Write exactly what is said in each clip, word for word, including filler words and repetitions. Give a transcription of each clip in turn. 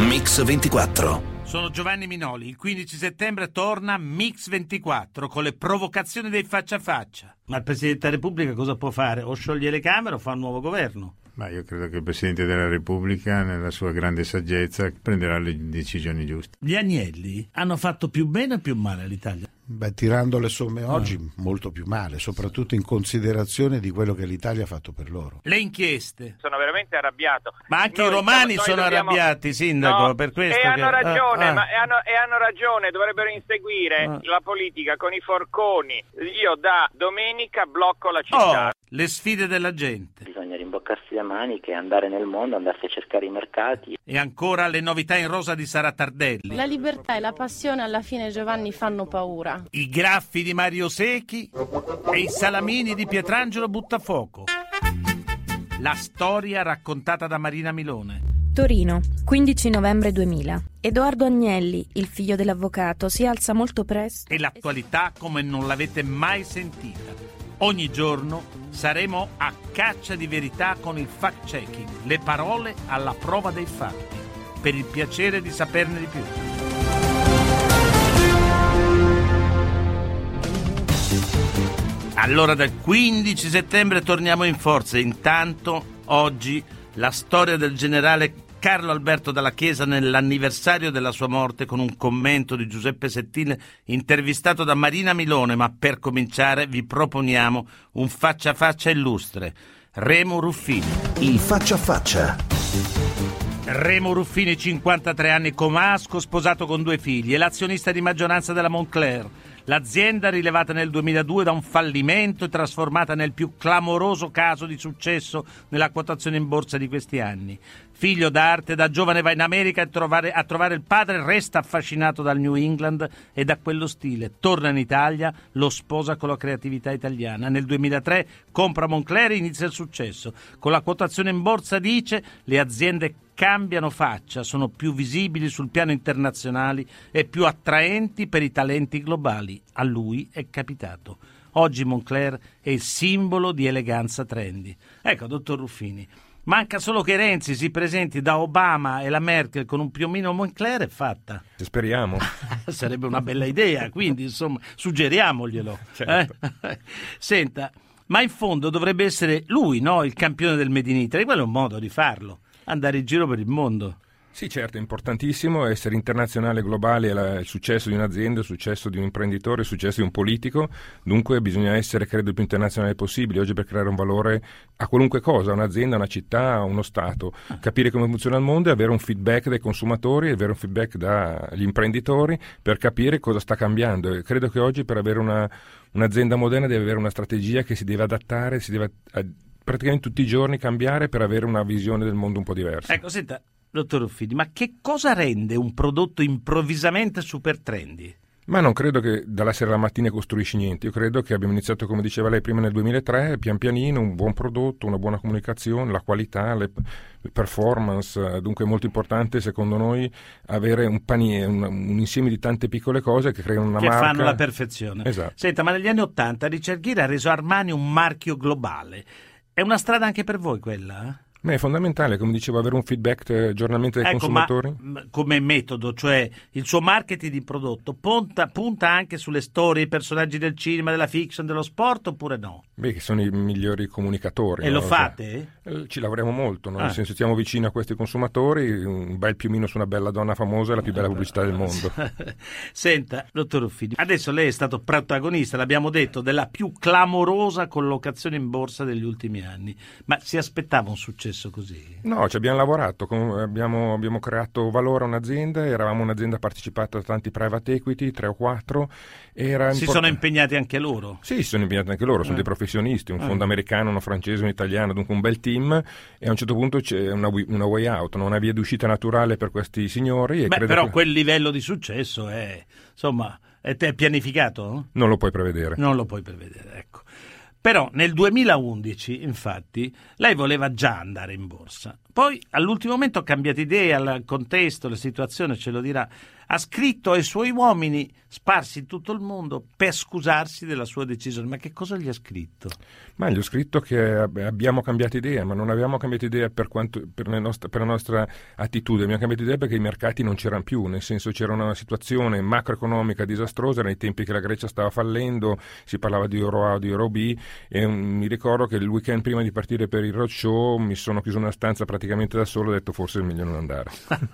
Mix ventiquattro. Sono Giovanni Minoli. Il quindici settembre torna Mix ventiquattro con le provocazioni dei faccia a faccia. Ma il Presidente della Repubblica cosa può fare? O scioglie le Camere o fa un nuovo governo? Ma io credo che il Presidente della Repubblica, nella sua grande saggezza, prenderà le decisioni giuste. Gli Agnelli hanno fatto più bene o più male all'Italia? Beh, tirando le somme oggi, ah. molto più male, soprattutto in considerazione di quello che l'Italia ha fatto per loro. Le inchieste. Sono veramente arrabbiato. Ma anche noi, i romani noi sono dobbiamo... arrabbiati, Sindaco, no, per questo. E che... hanno ragione, ah, ah. ma e hanno, e hanno ragione, dovrebbero inseguire ah. la politica con i forconi. Io da domenica blocco la città. Oh, le sfide della gente. Bisogna rimboccarsi le maniche, andare nel mondo, andarsi a cercare i mercati. E ancora le novità in rosa di Sara Tardelli. La libertà e la passione alla fine, Giovanni, fanno paura. I graffi di Mario Secchi e i salamini di Pietrangelo Buttafuoco. La storia raccontata da Marina Milone. Torino, quindici novembre duemila. Edoardo Agnelli, il figlio dell'avvocato, si alza molto presto. E l'attualità come non l'avete mai sentita. Ogni giorno saremo a caccia di verità con il fact-checking, le parole alla prova dei fatti, per il piacere di saperne di più. Allora dal quindici settembre torniamo in forza. Intanto oggi la storia del generale Carlo Alberto Dalla Chiesa nell'anniversario della sua morte, con un commento di Giuseppe Settile intervistato da Marina Milone. Ma per cominciare vi proponiamo un faccia a faccia illustre. Remo Ruffini. Il faccia a faccia. Remo Ruffini, cinquantatré anni, comasco, sposato con due figli, è l'azionista di maggioranza della Moncler. L'azienda, rilevata nel duemiladue da un fallimento, è trasformata nel più clamoroso caso di successo nella quotazione in borsa di questi anni. Figlio d'arte, da giovane va in America a trovare, a trovare il padre, resta affascinato dal New England e da quello stile. Torna in Italia, lo sposa con la creatività italiana. Nel duemilatré compra Moncler e inizia il successo. Con la quotazione in borsa, dice, le aziende cambiano faccia, sono più visibili sul piano internazionale e più attraenti per i talenti globali. A lui è capitato. Oggi Moncler è il simbolo di eleganza trendy. Ecco, dottor Ruffini, manca solo che Renzi si presenti da Obama e la Merkel con un piumino Moncler e fatta. Speriamo. Sarebbe una bella idea, quindi insomma suggeriamoglielo. Certo. Eh? Senta, ma in fondo dovrebbe essere lui, no, il campione del Made in Italy. Quello è un modo di farlo. Andare in giro per il mondo. Sì, certo, è importantissimo essere internazionale e globale, è il successo di un'azienda, il successo di un imprenditore, il successo di un politico, dunque bisogna essere, credo, il più internazionale possibile oggi per creare un valore a qualunque cosa, un'azienda, una città, uno Stato, capire come funziona il mondo e avere un feedback dai consumatori, avere un feedback dagli imprenditori per capire cosa sta cambiando. E credo che oggi per avere una, un'azienda moderna deve avere una strategia che si deve adattare, si deve a, praticamente tutti i giorni cambiare per avere una visione del mondo un po' diversa. Ecco, senta, dottor Ruffini, ma che cosa rende un prodotto improvvisamente super trendy? Ma non credo che dalla sera alla mattina costruisci niente. Io credo che abbiamo iniziato, come diceva lei, prima nel duemilatré, pian pianino, un buon prodotto, una buona comunicazione, la qualità, le, le performance. Dunque è molto importante, secondo noi, avere un paniere, un, un insieme di tante piccole cose che creano una che marca. Che fanno la perfezione. Esatto. Senta, ma negli anni Ottanta Richard Gere ha reso Armani un marchio globale. È una strada anche per voi quella? Beh, è fondamentale, come dicevo, avere un feedback eh, giornalmente dai ecco, consumatori. Ma come metodo, cioè il suo marketing di prodotto punta, punta anche sulle storie, i personaggi del cinema, della fiction, dello sport, oppure no? Beh, che sono i migliori comunicatori. E no? lo fate? Eh, ci lavoriamo molto, no? ah. Nel senso stiamo vicini a questi consumatori, un bel piumino su una bella donna famosa è la più bella pubblicità del mondo. Senta, dottor Ruffini, adesso lei è stato protagonista, l'abbiamo detto, della più clamorosa collocazione in borsa degli ultimi anni, ma si aspettava un successo così? No, ci abbiamo lavorato, abbiamo, abbiamo creato valore a un'azienda, eravamo un'azienda partecipata da tanti private equity, tre o quattro. Era si import- sono impegnati anche loro? Sì, si sono impegnati anche loro, sono eh. dei professionisti, un eh. fondo americano, uno francese, un italiano, dunque un bel team, e a un certo punto c'è una, una way out, una via d'uscita naturale per questi signori. E Beh, credo però che... quel livello di successo è, insomma, è, è pianificato? No? Non lo puoi prevedere. Non lo puoi prevedere, ecco. Però nel duemilaundici, infatti, lei voleva già andare in borsa. Poi all'ultimo momento ha cambiato idea, il contesto, la situazione ce lo dirà. ha scritto ai suoi uomini sparsi in tutto il mondo per scusarsi della sua decisione. Ma che cosa gli ha scritto? Ma gli ho scritto che abbiamo cambiato idea, ma non abbiamo cambiato idea per, quanto, per, le nostre, per la nostra attitudine, abbiamo cambiato idea perché i mercati non c'erano più, nel senso c'era una situazione macroeconomica disastrosa, nei tempi che la Grecia stava fallendo, si parlava di euro A o di euro B, e um, mi ricordo che il weekend prima di partire per il roadshow mi sono chiuso in una stanza praticamente da solo e ho detto forse è meglio non andare.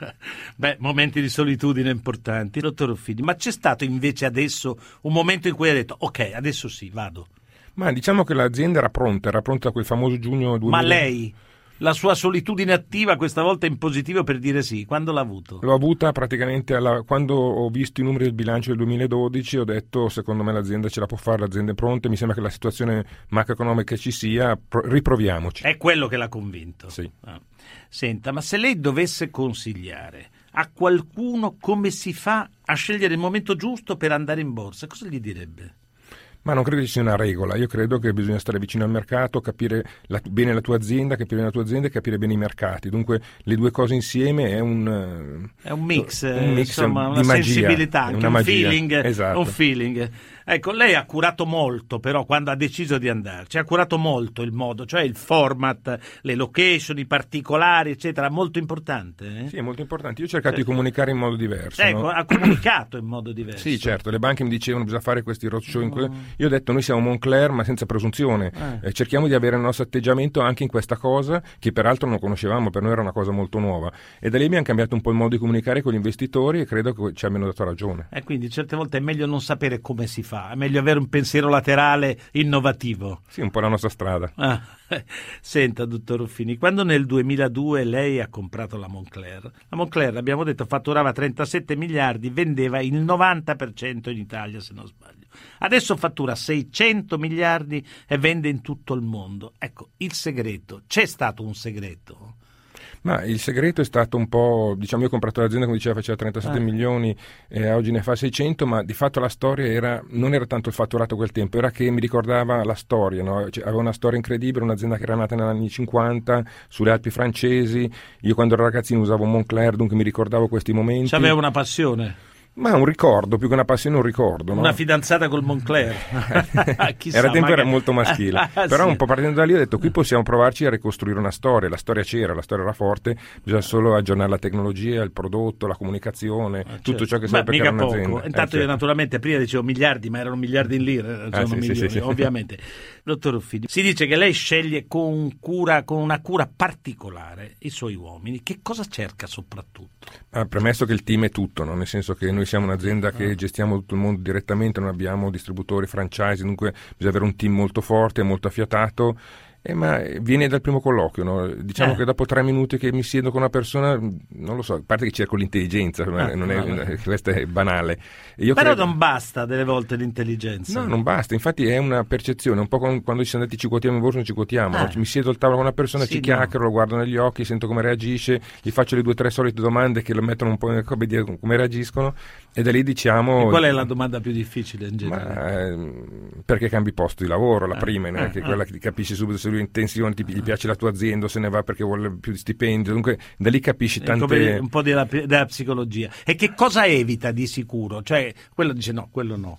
Beh, momenti di solitudine importanti. Dottor Ruffini, ma c'è stato invece adesso un momento in cui ha detto ok, adesso sì, vado? Ma diciamo che l'azienda era pronta, era pronta a quel famoso giugno duemila. Ma lei, la sua solitudine attiva questa volta in positivo per dire sì, quando l'ha avuto? L'ho avuta praticamente alla, quando ho visto i numeri del bilancio del duemiladodici, ho detto secondo me l'azienda ce la può fare, l'azienda è pronta, mi sembra che la situazione macroeconomica ci sia, pro, riproviamoci. È quello che l'ha convinto? Sì. Ah. Senta, ma se lei dovesse consigliare a qualcuno come si fa a scegliere il momento giusto per andare in borsa, cosa gli direbbe? Ma non credo ci sia una regola, io credo che bisogna stare vicino al mercato, capire la, bene la tua azienda, capire bene la tua azienda e capire bene i mercati. Dunque le due cose insieme è un è un mix, un mix insomma, di una magia, sensibilità, anche una un magia. feeling, Esatto. un feeling. Ecco, lei ha curato molto però quando ha deciso di andarci, ha curato molto il modo, cioè il format, le location, i particolari, eccetera, molto importante. Eh? Sì, è molto importante. Io ho cercato Sì. di comunicare in modo diverso. Ecco, no? ha comunicato in modo diverso. Sì, certo, le banche mi dicevano bisogna fare questi roadshow. In que... Io ho detto noi siamo Moncler ma senza presunzione, eh. Eh, cerchiamo di avere il nostro atteggiamento anche in questa cosa che peraltro non conoscevamo, per noi era una cosa molto nuova. E da lì abbiamo cambiato un po' il modo di comunicare con gli investitori e credo che ci abbiano dato ragione. E quindi certe volte è meglio non sapere come si fa, è meglio avere un pensiero laterale innovativo. Sì, un po' la nostra strada. Ah, senta, dottor Ruffini, quando nel duemiladue lei ha comprato la Moncler, la Moncler, abbiamo detto, fatturava trentasette miliardi, vendeva il novanta per cento in Italia, se non sbaglio. Adesso fattura seicento miliardi e vende in tutto il mondo. Ecco, il segreto, c'è stato un segreto? Ma il segreto è stato un po', diciamo, io ho comprato l'azienda, come diceva, faceva trentasette ah. milioni, e oggi ne fa seicento, ma di fatto la storia era, non era tanto il fatturato a quel tempo, era che mi ricordava la storia, no? Cioè, aveva una storia incredibile, un'azienda che era nata negli anni cinquanta, sulle Alpi francesi, io quando ero ragazzino usavo Moncler, dunque mi ricordavo questi momenti. C'aveva una passione? Ma un ricordo, più che una passione, un ricordo. Una no? fidanzata col Moncler. Chissà, era tempo magari... era molto maschile. Però sì. un po' partendo da lì ho detto qui possiamo provarci a ricostruire una storia. La storia c'era, la storia era forte, bisogna solo aggiornare la tecnologia, il prodotto, la comunicazione, ah, certo. tutto ciò che serve per creare un'azienda. Intanto eh, certo. io naturalmente prima dicevo miliardi, ma erano miliardi in lire, ah, sì, milioni, sì, sì, ovviamente. Dottor Ruffini, si dice che lei sceglie con cura, con una cura particolare i suoi uomini. Che cosa cerca soprattutto? Ah, premesso che il team è tutto, no? Nel senso che noi siamo un'azienda che gestiamo tutto il mondo direttamente, non abbiamo distributori, franchise, dunque bisogna avere un team molto forte, molto affiatato. Eh, ma viene dal primo colloquio, no? Diciamo eh. che dopo tre minuti che mi siedo con una persona, non lo so, a parte che cerco l'intelligenza, eh, non è, no, questo è banale. Io Però credo... non basta delle volte l'intelligenza. No, non basta, infatti è una percezione, un po' come quando ci siamo andati ci quotiamo in borsa, non ci quotiamo, eh. no? Mi siedo al tavolo con una persona, sì, ci chiacchiero, no. Lo guardo negli occhi, sento come reagisce, gli faccio le due o tre solite domande che lo mettono un po' in come dire come reagiscono e da lì diciamo... E qual è la domanda più difficile in genere? Ma, eh, perché cambi posto di lavoro, la eh. prima, eh, che è quella che capisci subito se lui in tensione ti gli piace la tua azienda o se ne va perché vuole più stipendio, dunque da lì capisci tante... Come un po' della, della psicologia. E che cosa evita di sicuro? Cioè, quello dice no, quello no.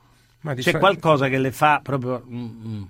Ma C'è fa... qualcosa che le fa proprio... Mm-mm.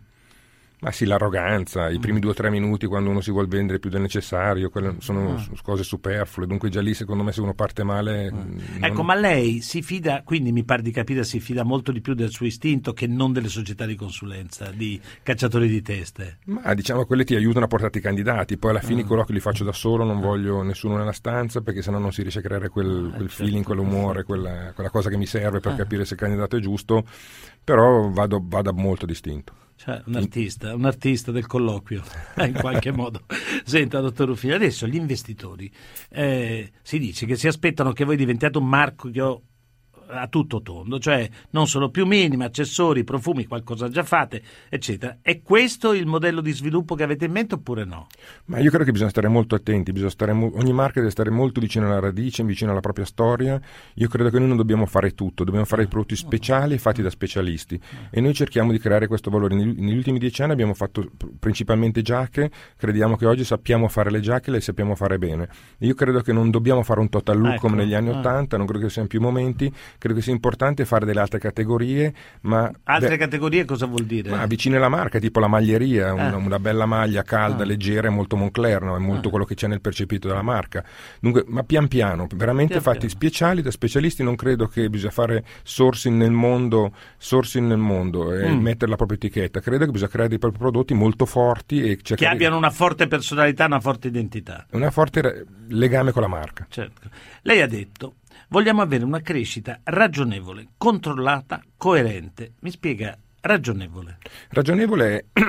Ma sì, l'arroganza, i primi due o tre minuti quando uno si vuole vendere più del necessario, quelle sono ah. cose superflue, dunque già lì secondo me se uno parte male... Ah. Non... Ecco, ma lei si fida, quindi mi pare di capire, si fida molto di più del suo istinto che non delle società di consulenza, di cacciatori di teste? Ma diciamo quelle ti aiutano a portarti i candidati, poi alla fine ah. i colloqui li faccio da solo, non voglio nessuno nella stanza perché sennò non si riesce a creare quel, quel certo, feeling, quell'umore, quella, quella cosa che mi serve per ah. capire se il candidato è giusto, però vado, vado molto distinto. Cioè, un artista, un artista del colloquio, in qualche modo. Senta, dottor Ruffini, adesso gli investitori eh, si dice che si aspettano che voi diventiate un marchio a tutto tondo, cioè non solo più minimi, accessori, profumi, qualcosa già fate, eccetera. È questo il modello di sviluppo che avete in mente oppure no? Ma io credo che bisogna stare molto attenti, bisogna stare mo- ogni marca deve stare molto vicino alla radice, vicino alla propria storia. Io credo che noi non dobbiamo fare tutto, dobbiamo fare i prodotti speciali fatti da specialisti e noi cerchiamo di creare questo valore. Negli, negli ultimi dieci anni abbiamo fatto pr- principalmente giacche, crediamo che oggi sappiamo fare le giacche e le sappiamo fare bene. Io credo che non dobbiamo fare un total look ecco, come negli anni ah. ottanta, non credo che siano più momenti, credo che sia importante fare delle altre categorie. Ma altre beh, categorie cosa vuol dire? Ma vicine alla marca, tipo la maglieria, una, ah. una bella maglia calda, ah. leggera, è molto Moncler, no? È molto ah. quello che c'è nel percepito della marca. Dunque, ma pian piano, veramente pian fatti piano. speciali da specialisti. Non credo che bisogna fare sourcing nel mondo, sourcing nel mondo e mm. mettere la propria etichetta. Credo che bisogna creare dei propri prodotti molto forti e che abbiano una forte personalità, una forte identità, una forte legame con la marca. Certo. Lei ha detto: vogliamo avere una crescita ragionevole, controllata, coerente. Mi spiega ragionevole? Ragionevole è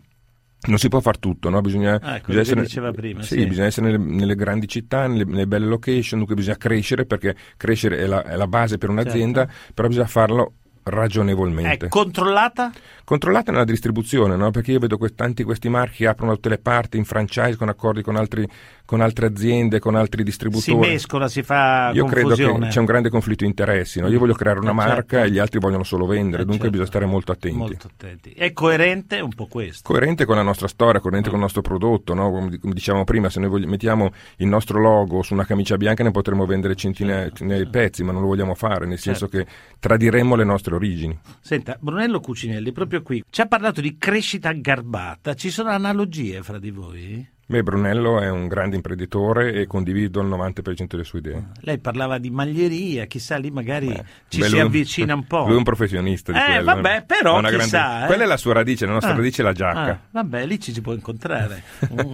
non si può far tutto, no? Bisogna, ah, bisogna essere, diceva prima, sì, sì. bisogna essere nelle, nelle grandi città, nelle, nelle belle location, dunque bisogna crescere, perché crescere è la, è la base per un'azienda, certo. Però bisogna farlo ragionevolmente. È controllata? Controllata nella distribuzione, no? Perché io vedo que- tanti questi marchi che aprono da tutte le parti in franchise con accordi con altri con altre aziende, con altri distributori. Si mescola, si fa io confusione. Credo che c'è un grande conflitto di interessi, no? Io voglio creare una eh, marca certo. e gli altri vogliono solo vendere, eh, dunque certo. bisogna stare molto attenti. Molto attenti. È coerente un po' questo? Coerente con la nostra storia, coerente mm. con il nostro prodotto, no? Come, come dicevamo prima, se noi vogliamo, mettiamo il nostro logo su una camicia bianca ne potremo vendere centinaia certo, di certo. pezzi, ma non lo vogliamo fare, nel certo. senso che tradiremmo le nostre origini. Senta, Brunello Cucinelli, proprio qui, ci ha parlato di crescita garbata. Ci sono analogie fra di voi? Beh, Brunello è un grande imprenditore e condivido il novanta per cento delle sue idee. Lei parlava di maglieria, chissà, lì magari Beh, beh, ci si lui, avvicina un po'. Lui è un professionista di eh, quello. vabbè, però una chissà. Grande... Eh. Quella è la sua radice, la nostra ah, radice è la giacca. Ah, vabbè, lì ci si può incontrare.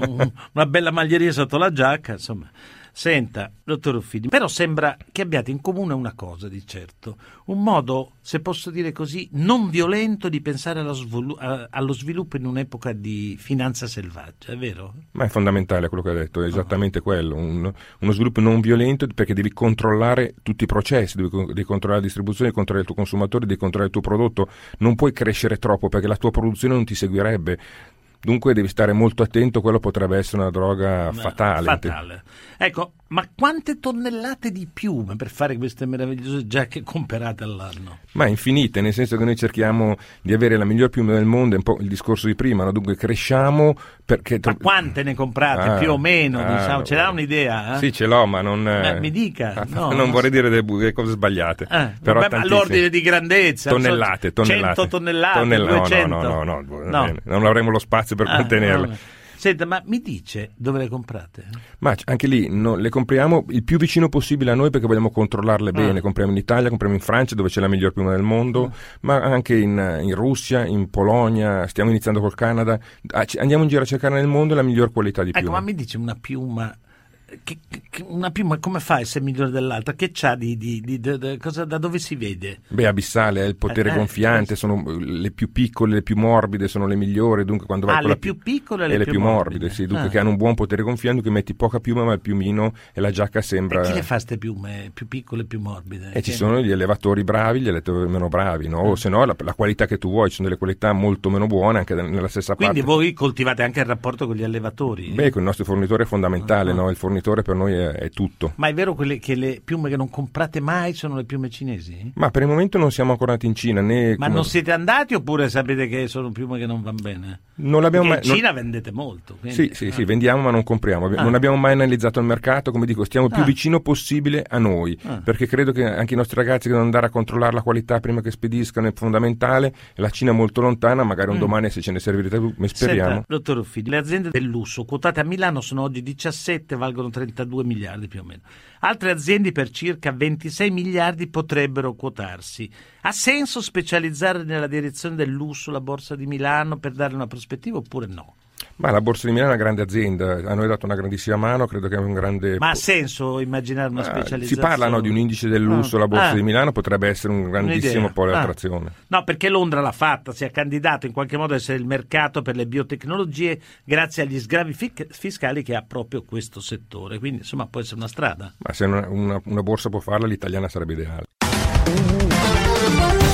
Una bella maglieria sotto la giacca, insomma. Senta, dottor Ruffini, però sembra che abbiate in comune una cosa, di certo, un modo, se posso dire così, non violento di pensare allo, svolu- allo sviluppo in un'epoca di finanza selvaggia, è vero? Ma è fondamentale quello che ha detto, è esattamente uh-huh. quello, un, uno sviluppo non violento, perché devi controllare tutti i processi, devi, devi controllare la distribuzione, devi controllare il tuo consumatore, devi controllare il tuo prodotto, non puoi crescere troppo perché la tua produzione non ti seguirebbe. Dunque devi stare molto attento, quello potrebbe essere una droga fatale. Fatale. Ecco, ma quante tonnellate di piume per fare queste meravigliose giacche comprate all'anno? Ma infinite, nel senso che noi cerchiamo di avere la miglior piuma del mondo, è un po' il discorso di prima, no? Dunque cresciamo perché... Ma quante ne comprate, ah, più o meno, ah, diciamo? Ce l'ha un'idea? Eh? Sì, ce l'ho, ma non... Eh, mi dica. No, non vorrei dire delle cose sbagliate. Eh, però vabbè, all'ordine di grandezza. Tonnellate, tonnellate. cento tonnellate, Tonnell- duecento. No, no, no, no, no. non avremo lo spazio per ah, contenerle. No. Senta, ma mi dice dove le comprate? Ma anche lì no, le compriamo il più vicino possibile a noi perché vogliamo controllarle bene. Ah. Compriamo in Italia, compriamo in Francia dove c'è la miglior piuma del mondo, ah. ma anche in, in Russia, in Polonia, stiamo iniziando col Canada. Andiamo in giro a cercare nel mondo la miglior qualità di piuma. Ecco, ma mi dice una piuma... Che, che, una piuma come fa a essere migliore dell'altra? Che c'ha di, di, di, di, di cosa, da dove si vede? Beh, abissale, è il potere eh, gonfiante, eh, sono le più piccole, le più morbide sono le migliori, dunque quando vai ah, con le la più piccole e le, le più, più morbide, morbide sì, dunque ah. che hanno un buon potere gonfiante, che metti poca piuma ma il piumino e la giacca sembra... E chi le fa queste piume più piccole e più morbide? E che... ci sono gli allevatori bravi, gli allevatori meno bravi, no? O se no la, la qualità che tu vuoi, ci sono delle qualità molto meno buone anche nella stessa Quindi parte. Quindi voi coltivate anche il rapporto con gli allevatori? Beh, con il nostro fornitore è fondamentale, ah. no? Il fornitore per noi è è tutto. Ma è vero quelle, che le piume che non comprate mai sono le piume cinesi? Ma per il momento non siamo ancora andati in Cina né Ma come... non siete andati oppure sapete che sono piume che non vanno bene? Non l'abbiamo mai... in Cina non... vendete molto. Quindi... Sì, sì, ah. sì, vendiamo ma non compriamo. Ah. Non abbiamo mai analizzato il mercato, come dico, stiamo più ah. vicino possibile a noi, ah. perché credo che anche i nostri ragazzi che devono andare a controllare la qualità prima che spediscano è fondamentale. La Cina è molto lontana, magari un mm. domani se ce ne servirete più, speriamo. Senta, dottor Ruffini, le aziende del lusso quotate a Milano sono oggi diciassette, valgono trentadue miliardi più o meno. Altre aziende per circa ventisei miliardi potrebbero quotarsi. Ha senso specializzare nella direzione del lusso la Borsa di Milano per dare una prospettiva oppure no? Ma la Borsa di Milano è una grande azienda, a noi ha dato una grandissima mano, credo che è un grande... Ma ha senso immaginare una specializzazione? Si parla no, di un indice del lusso, ah. la Borsa ah. di Milano potrebbe essere un grandissimo Un'idea. polo di ah. attrazione. No, perché Londra l'ha fatta, si è candidato in qualche modo a essere il mercato per le biotecnologie grazie agli sgravi fic- fiscali che ha proprio questo settore, quindi insomma può essere una strada. Ma se una, una, una borsa può farla, l'italiana sarebbe ideale.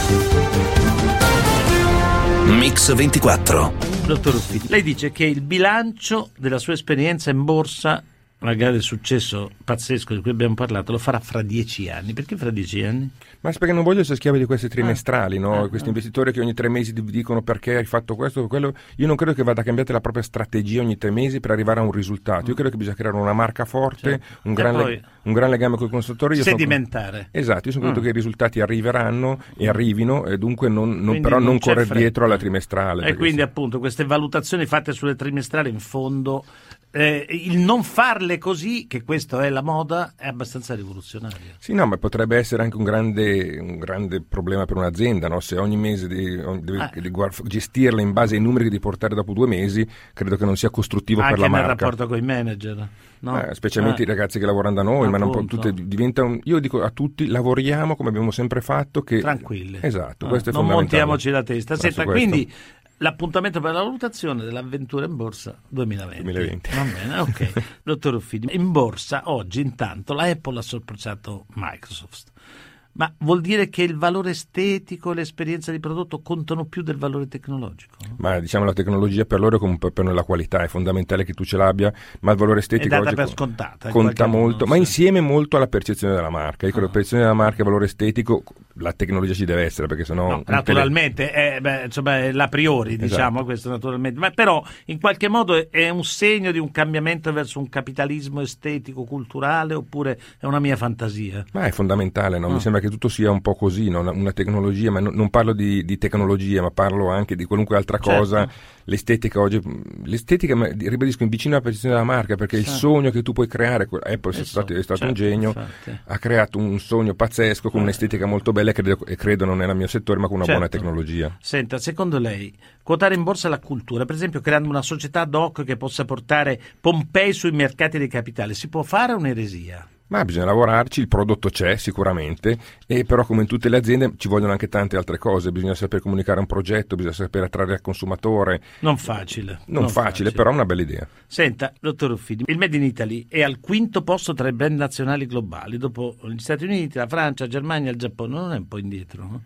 Mix ventiquattro. Dottor Ruffini, lei dice che il bilancio della sua esperienza in borsa, magari il successo pazzesco di cui abbiamo parlato, lo farà fra dieci anni. Perché fra dieci anni? Ma perché non voglio essere schiavi di questi trimestrali, ah, no? ah, questi ah. investitori che ogni tre mesi dicono perché hai fatto questo o quello. Io non credo che vada cambiata la propria strategia ogni tre mesi per arrivare a un risultato. Io credo che bisogna creare una marca forte, Certo. un, gran poi, leg- un gran legame con i consumatori. Io sedimentare. Sono, esatto, io sono convinto mm. che i risultati arriveranno e arrivino, e dunque non, non, però non non correre fretta. dietro alla trimestrale. E quindi se... appunto queste valutazioni fatte sulle trimestrali, in fondo eh, il non farle così, che questo è la moda, è abbastanza rivoluzionario. Sì, no, ma potrebbe essere anche un grande, un grande problema per un'azienda, no? Se ogni mese devi, devi, ah. devi gestirla in base ai numeri che devi portare dopo due mesi, credo che non sia costruttivo anche per la marca. Anche nel rapporto con i manager. No? Eh, specialmente eh. i ragazzi che lavorano da noi, ma non po- tutte, diventa un, io dico a tutti, lavoriamo come abbiamo sempre fatto, che tranquilli, esatto, eh. questo è non fondamentale. montiamoci la testa. Senta, quindi l'appuntamento per la valutazione dell'avventura in borsa duemilaventi. duemilaventi. Va bene, ok. Dottor Ruffini, in borsa oggi intanto la Apple ha sorpressato Microsoft. Ma vuol dire che il valore estetico e l'esperienza di prodotto contano più del valore tecnologico? Ma diciamo la tecnologia per loro è come per noi la qualità, è fondamentale che tu ce l'abbia, ma il valore estetico è data oggi per scontata, conta molto, modo, ma sì. insieme molto alla percezione della marca. Io credo Ah. la percezione della marca e il valore estetico, la tecnologia ci deve essere, perché sennò... No, naturalmente, è, beh, insomma, è l'a priori, diciamo, esatto. Questo naturalmente, ma però in qualche modo è, è un segno di un cambiamento verso un capitalismo estetico, culturale, oppure è una mia fantasia? Ma è fondamentale, no? Ah. Mi sembra che tutto sia un po' così, no? una, una tecnologia, ma no, non parlo di, di tecnologia, ma parlo anche di qualunque altra cosa. Certo. L'estetica oggi, l'estetica, ma, ribadisco, in vicino alla percezione della marca, perché sì. il sogno che tu puoi creare, Apple è stato, è stato certo, un genio, infatti. Ha creato un sogno pazzesco con eh. un'estetica molto bella, e credo, e credo non è nel mio settore, ma con una certo. buona tecnologia. Senta, secondo lei, quotare in borsa la cultura, per esempio creando una società ad hoc che possa portare Pompei sui mercati dei capitali, si può fare un'eresia? Ma bisogna lavorarci, il prodotto c'è sicuramente, e però come in tutte le aziende ci vogliono anche tante altre cose, bisogna saper comunicare un progetto, bisogna saper attrarre il consumatore. Non facile. Non, non facile, facile, però è una bella idea. Senta, dottor Ruffini, il Made in Italy è al quinto posto tra i brand nazionali globali, dopo gli Stati Uniti, la Francia, la Germania, il Giappone, non è un po' indietro, no?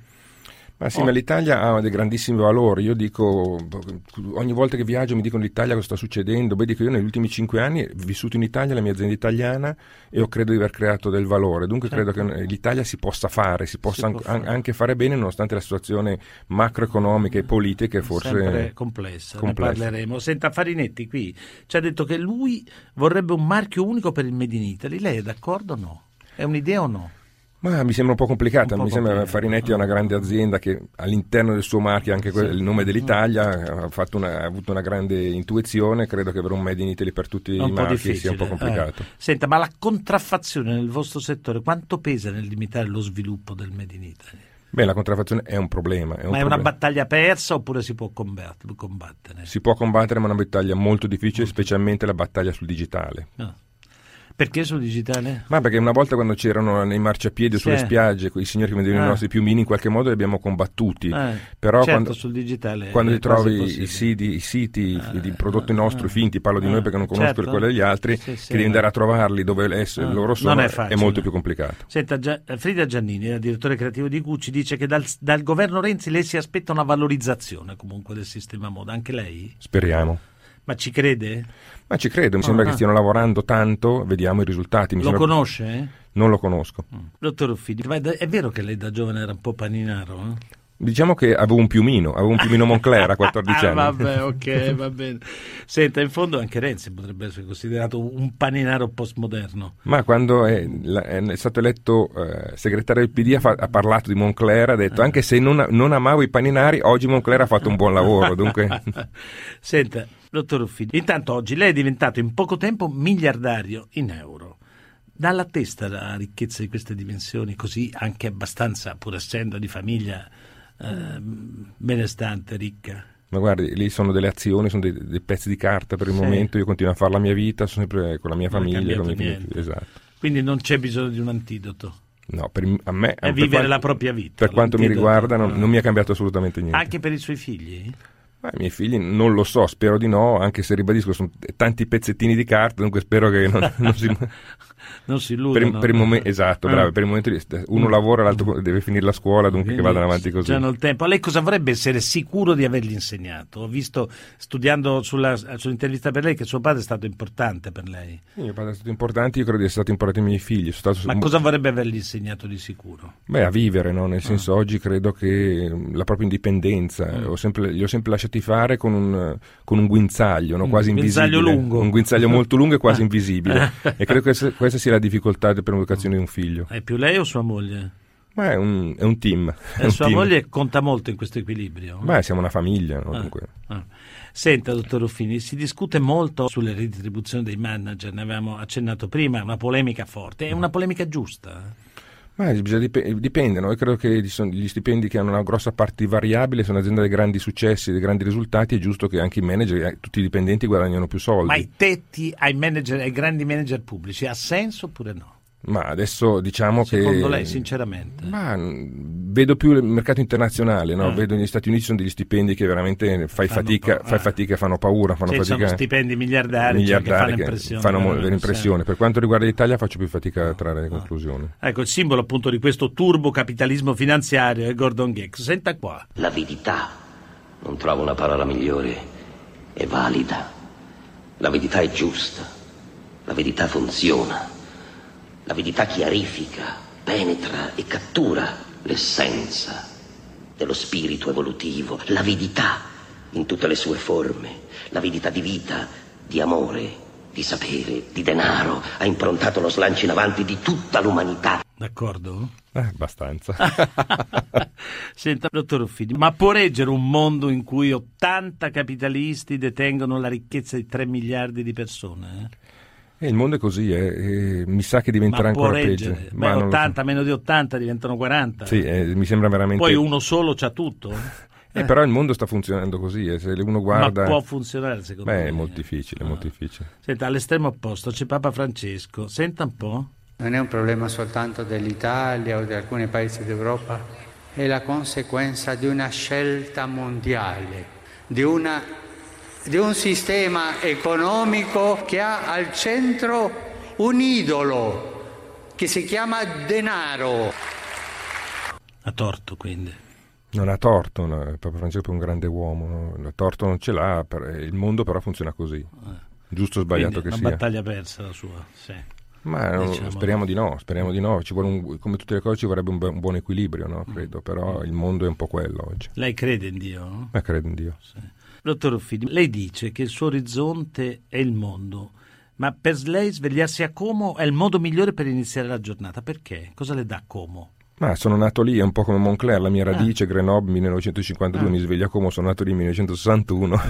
Ma sì, oh. ma l'Italia ha dei grandissimi valori. Io dico, ogni volta che viaggio mi dicono l'Italia cosa sta succedendo. Beh, dico, io negli ultimi cinque anni ho vissuto in Italia, la mia azienda italiana, e ho credo di aver creato del valore. Dunque certo. credo che l'Italia si possa fare, si possa si an- fare. anche fare bene, nonostante la situazione macroeconomica e politica forse sempre complessa, complessa. Ne parleremo. Senta, Farinetti qui ci ha detto che lui vorrebbe un marchio unico per il Made in Italy. Lei è d'accordo o no? È un'idea o no? Ma mi sembra un po' complicata, un po' mi sembra complicata. Farinetti è una grande azienda che all'interno del suo marchio, anche sì. il nome dell'Italia, ha, fatto una, ha avuto una grande intuizione. Credo che avere un Made in Italy per tutti i marchi sia un po' complicato. Eh. Senta, ma la contraffazione nel vostro settore quanto pesa nel limitare lo sviluppo del Made in Italy? Beh, la contraffazione è un problema. È un ma è problema. una battaglia persa oppure si può combattere? Si può combattere, ma è una battaglia molto difficile, molto. Specialmente la battaglia sul digitale. No. Perché sul digitale? Ma perché una volta quando c'erano nei marciapiedi o sì. sulle spiagge quei signori che vendevano eh. i nostri piumini, in qualche modo li abbiamo combattuti. Eh. Però certo, quando, sul digitale quando ti trovi i siti, i siti eh. di prodotti nostri eh. finti, parlo di eh. noi perché non conosco certo. quelli degli altri, sì, sì, che devi andare a trovarli dove eh. loro sono, è, è molto più complicato. Senta, Frida Giannini, il direttore creativo di Gucci, dice che dal, dal governo Renzi lei si aspetta una valorizzazione comunque del sistema moda. Anche lei? Speriamo. Ma ci crede? Ma ci credo, mi sembra ah, che stiano lavorando tanto, vediamo i risultati. Mi lo sembra... conosce? Eh? Non lo conosco. Mm. Dottor Ruffini, ma è vero che lei da giovane era un po' paninaro? Eh? Diciamo che avevo un piumino, avevo un piumino Moncler a quattordici anni. Ah, vabbè, ok, va bene. Senta, in fondo anche Renzi potrebbe essere considerato un paninaro postmoderno. Ma quando è, è stato eletto eh, segretario del P D ha, fa, ha parlato di Moncler, ha detto ah. anche se non, non amavo i paninari, oggi Moncler ha fatto un buon lavoro. Dunque... Senta, dottor Ruffini, intanto oggi lei è diventato in poco tempo miliardario in euro. Dalla testa la ricchezza di queste dimensioni, così anche abbastanza, pur essendo di famiglia eh, benestante, ricca? Ma guardi, lì sono delle azioni, sono dei, dei pezzi di carta per il sì. momento. Io continuo a fare la mia vita, sono sempre con la mia non famiglia, con i miei figli. Esatto. Quindi non c'è bisogno di un antidoto. No, per, a me è vivere quanto, la propria vita. Per quanto mi riguarda non, non mi ha cambiato assolutamente niente. Anche per i suoi figli? Ma i miei figli non lo so, spero di no, anche se ribadisco sono tanti pezzettini di carta, dunque spero che non, non si... non si illudano. Per, per il momento, esatto, ah. bravo, per il momento uno lavora, l'altro deve finire la scuola, dunque Quindi che vadano avanti così. C'hanno il tempo. Lei cosa vorrebbe essere sicuro di avergli insegnato? Ho visto, studiando sulla, sull'intervista per lei, che suo padre è stato importante per lei. Sì, mio padre è stato importante, io credo di essere stato importante ai miei figli. Sono stato... Ma cosa vorrebbe avergli insegnato di sicuro? Beh, a vivere, no? Nel senso, ah. oggi credo che la propria indipendenza, mm. ho sempre, li ho sempre lasciati fare con un, con un guinzaglio, no? Quasi un invisibile. Guinzaglio lungo. Un guinzaglio molto lungo e quasi invisibile. E credo che questa, questa sia la difficoltà per l'educazione di un figlio. È più lei o sua moglie? Ma è un, è un team. È E un sua team. moglie conta molto in questo equilibrio? Beh, siamo una famiglia, no? Ah, Dunque. ah. Senta, dottor Ruffini, si discute molto sulle retribuzioni dei manager, ne avevamo accennato prima, una polemica forte, è una polemica giusta? Ma bisogna dip- dipende, no? Io credo che gli stipendi che hanno una grossa parte variabile, se un'azienda ha dei grandi successi, dei grandi risultati, è giusto che anche i manager, tutti i dipendenti guadagnano più soldi. Ma i tetti ai manager, ai grandi manager pubblici, ha senso oppure no? Ma adesso diciamo Secondo che... Secondo lei, sinceramente? Ma vedo più il mercato internazionale, no? Ah. Vedo negli Stati Uniti sono degli stipendi che veramente fai Fanno fatica, pa- fai ah. fatica, fanno paura, fanno Cioè, fatica. sono stipendi miliardari, miliardari cioè, che fanno che impressione. fanno mo- veramente, l'impressione. sì. Per quanto riguarda l'Italia faccio più fatica a trarre le Ah. conclusioni. Ecco, il simbolo appunto di questo turbo capitalismo finanziario è Gordon Gekko. Senta qua. L'avidità, non trovo una parola migliore, è valida. L'avidità è giusta, l'avidità funziona. L'avidità chiarifica, penetra e cattura l'essenza dello spirito evolutivo. L'avidità in tutte le sue forme, l'avidità di vita, di amore, di sapere, di denaro, ha improntato lo slancio in avanti di tutta l'umanità. D'accordo? Eh, abbastanza. Senta, dottor Ruffini, ma può reggere un mondo in cui ottanta capitalisti detengono la ricchezza di tre miliardi di persone? Eh? E il mondo è così, eh, e mi sa che diventerà ma può ancora reggere. peggio. Beh, Ma non lo so. ottanta meno di ottanta diventano quaranta. Sì, eh, mi sembra veramente... Poi uno solo c'ha tutto. Eh, però il mondo sta funzionando così, e se uno guarda... Ma può funzionare secondo Beh, me? è molto difficile, Ah. molto difficile. Senta, all'estremo opposto c'è Papa Francesco. Senta un po'. Non è un problema soltanto dell'Italia o di alcuni paesi d'Europa, è la conseguenza di una scelta mondiale, di una... di un sistema economico che ha al centro un idolo che si chiama denaro. Ha torto, quindi. Non ha torto, no? Papa Francesco è un grande uomo, no? Il torto non ce l'ha, per... il mondo però funziona così, giusto o sbagliato Quindi che una sia. battaglia persa la sua, sì. Ma non- Diciamo. speriamo di no, speriamo di no. Ci vuole un- come tutte le cose ci vorrebbe un, bu- un buon equilibrio, no? Credo, però il mondo è un po' quello oggi. Lei crede in Dio, no? Ma credo in Dio. Sì. Dottor Ruffini, lei dice che il suo orizzonte è il mondo, ma per lei svegliarsi a Como è il modo migliore per iniziare la giornata. Perché? Cosa le dà Como? Ma sono nato lì, è un po' come Moncler, la mia radice, Grenoble millenovecentocinquantadue, Ah. mi sveglia a Como, sono nato lì millenovecentosessantuno.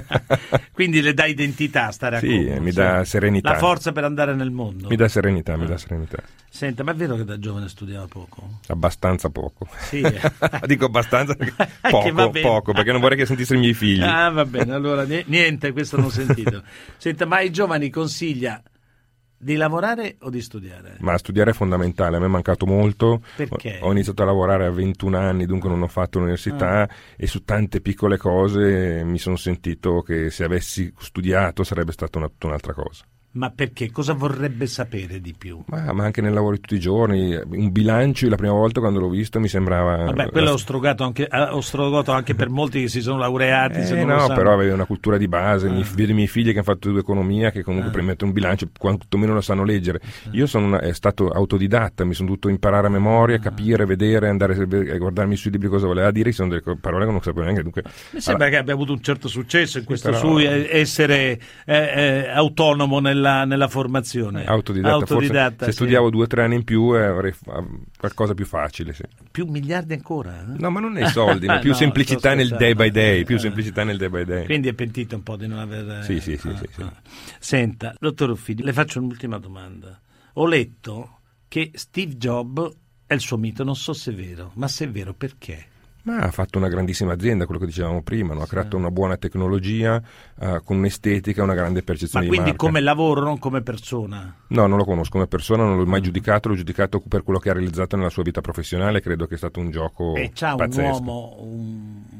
Quindi le dà identità stare a Sì, Como. eh, mi dà serenità. La forza per andare nel mondo. Mi dà serenità, mi Ah. dà serenità. Senta, ma è vero che da giovane studiava poco? Abbastanza poco. Sì. Dico abbastanza perché Che va poco, bene. poco, perché non vorrei che sentissero i miei figli. Ah, va bene, allora ni- niente, questo non ho sentito. Senta, ma ai giovani consiglia di lavorare o di studiare? Ma studiare è fondamentale, a me è mancato molto. Perché? Ho ho iniziato a lavorare a ventuno anni, dunque non ho fatto l'università Ah. e su tante piccole cose mi sono sentito che se avessi studiato sarebbe stata una, tutta un'altra cosa. Ma perché? Cosa vorrebbe sapere di più? Ma, ma anche nel lavoro di tutti i giorni, un bilancio la prima volta quando l'ho visto mi sembrava... Vabbè, quello ho strogato anche, ho strogato anche per molti che si sono laureati. se Eh, non lo no, sanno. però avevo una cultura di base, Ah. mi, vedo i miei figli che hanno fatto due economia che comunque Ah. per mettere un bilancio quantomeno lo sanno leggere. Io sono una- è stato autodidatta, mi sono dovuto imparare a memoria, Ah. capire, vedere, andare a guardarmi sui libri cosa voleva dire, ci sono delle co- parole che non sapevo neanche. Dunque, Mi sembra che abbia avuto un certo successo in questo però- suo eh, essere eh, eh, autonomo nella, nella formazione. autodidatta, Autodidatta, forse se sì. studiavo due o tre anni in più eh, avrei fa- qualcosa più facile, sì. Più miliardi ancora? eh? No, ma non nei soldi, ma più No, semplicità sto nel day by scherzando. day, più Eh. semplicità nel day by day. Quindi è pentito un po' di non aver... Sì, sì, sì, ah, sì, sì. ah. Senta, dottor Ruffini, le faccio un'ultima domanda. Ho letto che Steve Jobs è il suo mito, non so se è vero, ma se è vero perché? Ma ha fatto una grandissima azienda, quello che dicevamo prima, no? Ha creato una buona tecnologia eh, con un'estetica, una grande Ma percezione di quindi marca. come lavoro, non come persona? No, non lo conosco come persona, non l'ho mai giudicato, l'ho giudicato per quello che ha realizzato nella sua vita professionale, credo che è stato un gioco E c'ha un pazzesco. uomo, un,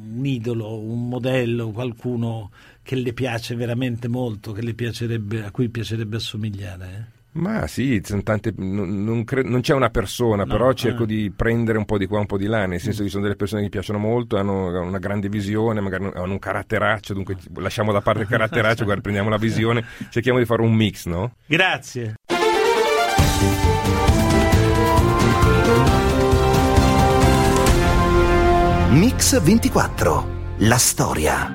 un idolo, un modello, qualcuno che le piace veramente molto, che le piacerebbe, a cui piacerebbe assomigliare? Eh? Ma sì, sono tante, non, non, cre- non c'è una persona, no, però cerco eh. di prendere un po' di qua, un po' di là, nel senso che sono delle persone che mi piacciono molto, hanno una grande visione, magari hanno un caratteraccio, dunque lasciamo da parte il caratteraccio, guarda, prendiamo la visione, cerchiamo di fare un mix, no? Grazie. Mix ventiquattro, la storia.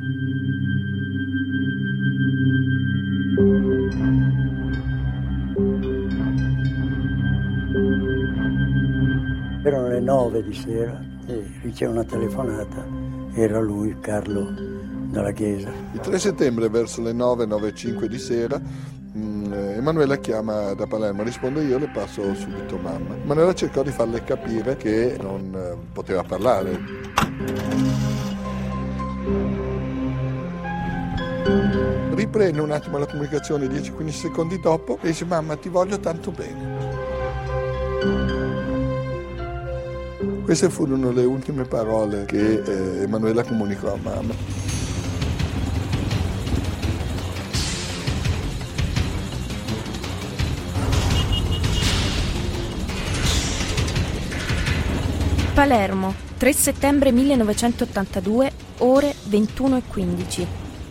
Erano le nove di sera e riceve una telefonata, era lui, Carlo Dalla Chiesa. Il tre settembre verso le nove, nove e cinque di sera mh, Emanuela chiama da Palermo, rispondo io, le passo subito mamma. Emanuela cercò di farle capire che non eh, poteva parlare. Riprende un attimo la comunicazione dieci quindici secondi dopo e dice: mamma, ti voglio tanto bene. Queste furono le ultime parole che eh, Emanuela comunicò a mamma. Palermo, tre settembre millenovecentottantadue, ore ventuno e quindici.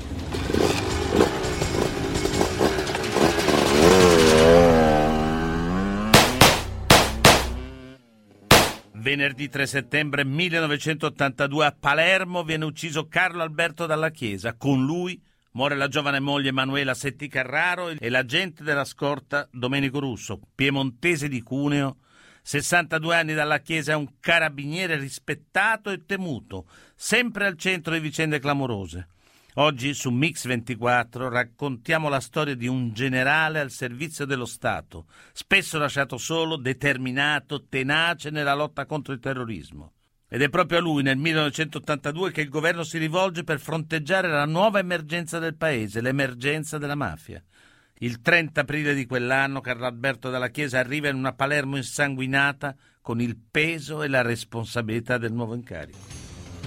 Venerdì tre settembre millenovecentottantadue a Palermo viene ucciso Carlo Alberto Dalla Chiesa. Con lui muore la giovane moglie Emanuela Setti Carraro e l'agente della scorta Domenico Russo, piemontese di Cuneo. sessantadue anni Dalla Chiesa è un carabiniere rispettato e temuto, sempre al centro di vicende clamorose. Oggi su Mix ventiquattro raccontiamo la storia di un generale al servizio dello Stato, spesso lasciato solo, determinato, tenace nella lotta contro il terrorismo. Ed è proprio a lui nel millenovecentottantadue che il governo si rivolge per fronteggiare la nuova emergenza del paese, l'emergenza della mafia. Il trenta aprile di quell'anno Carlo Alberto Dalla Chiesa arriva in una Palermo insanguinata con il peso e la responsabilità del nuovo incarico.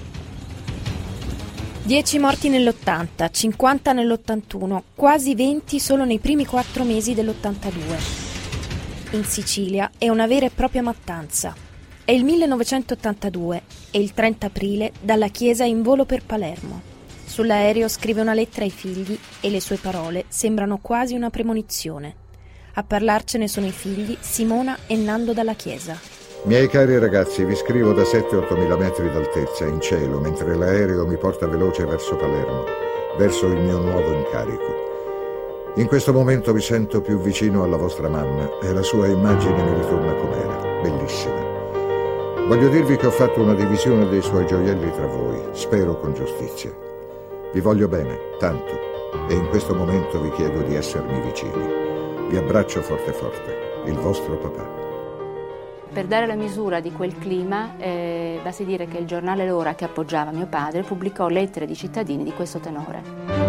dieci morti nell'ottanta, cinquanta nell'ottantuno, quasi venti solo nei primi quattro mesi dell'ottantadue. In Sicilia è una vera e propria mattanza. È il millenovecentottantadue e il trenta aprile Dalla Chiesa è in volo per Palermo. Sull'aereo scrive una lettera ai figli e le sue parole sembrano quasi una premonizione. A parlarcene sono i figli Simona e Nando Dalla Chiesa. Miei cari ragazzi, vi scrivo da sette otto mila metri d'altezza, in cielo, mentre l'aereo mi porta veloce verso Palermo, verso il mio nuovo incarico. In questo momento vi sento più vicino alla vostra mamma e la sua immagine mi ritorna com'era, bellissima. Voglio dirvi che ho fatto una divisione dei suoi gioielli tra voi, spero con giustizia. Vi voglio bene, tanto, e in questo momento vi chiedo di essermi vicini. Vi abbraccio forte forte, il vostro papà. Per dare la misura di quel clima, eh, basti dire che il giornale L'Ora, che appoggiava mio padre, pubblicò lettere di cittadini di questo tenore.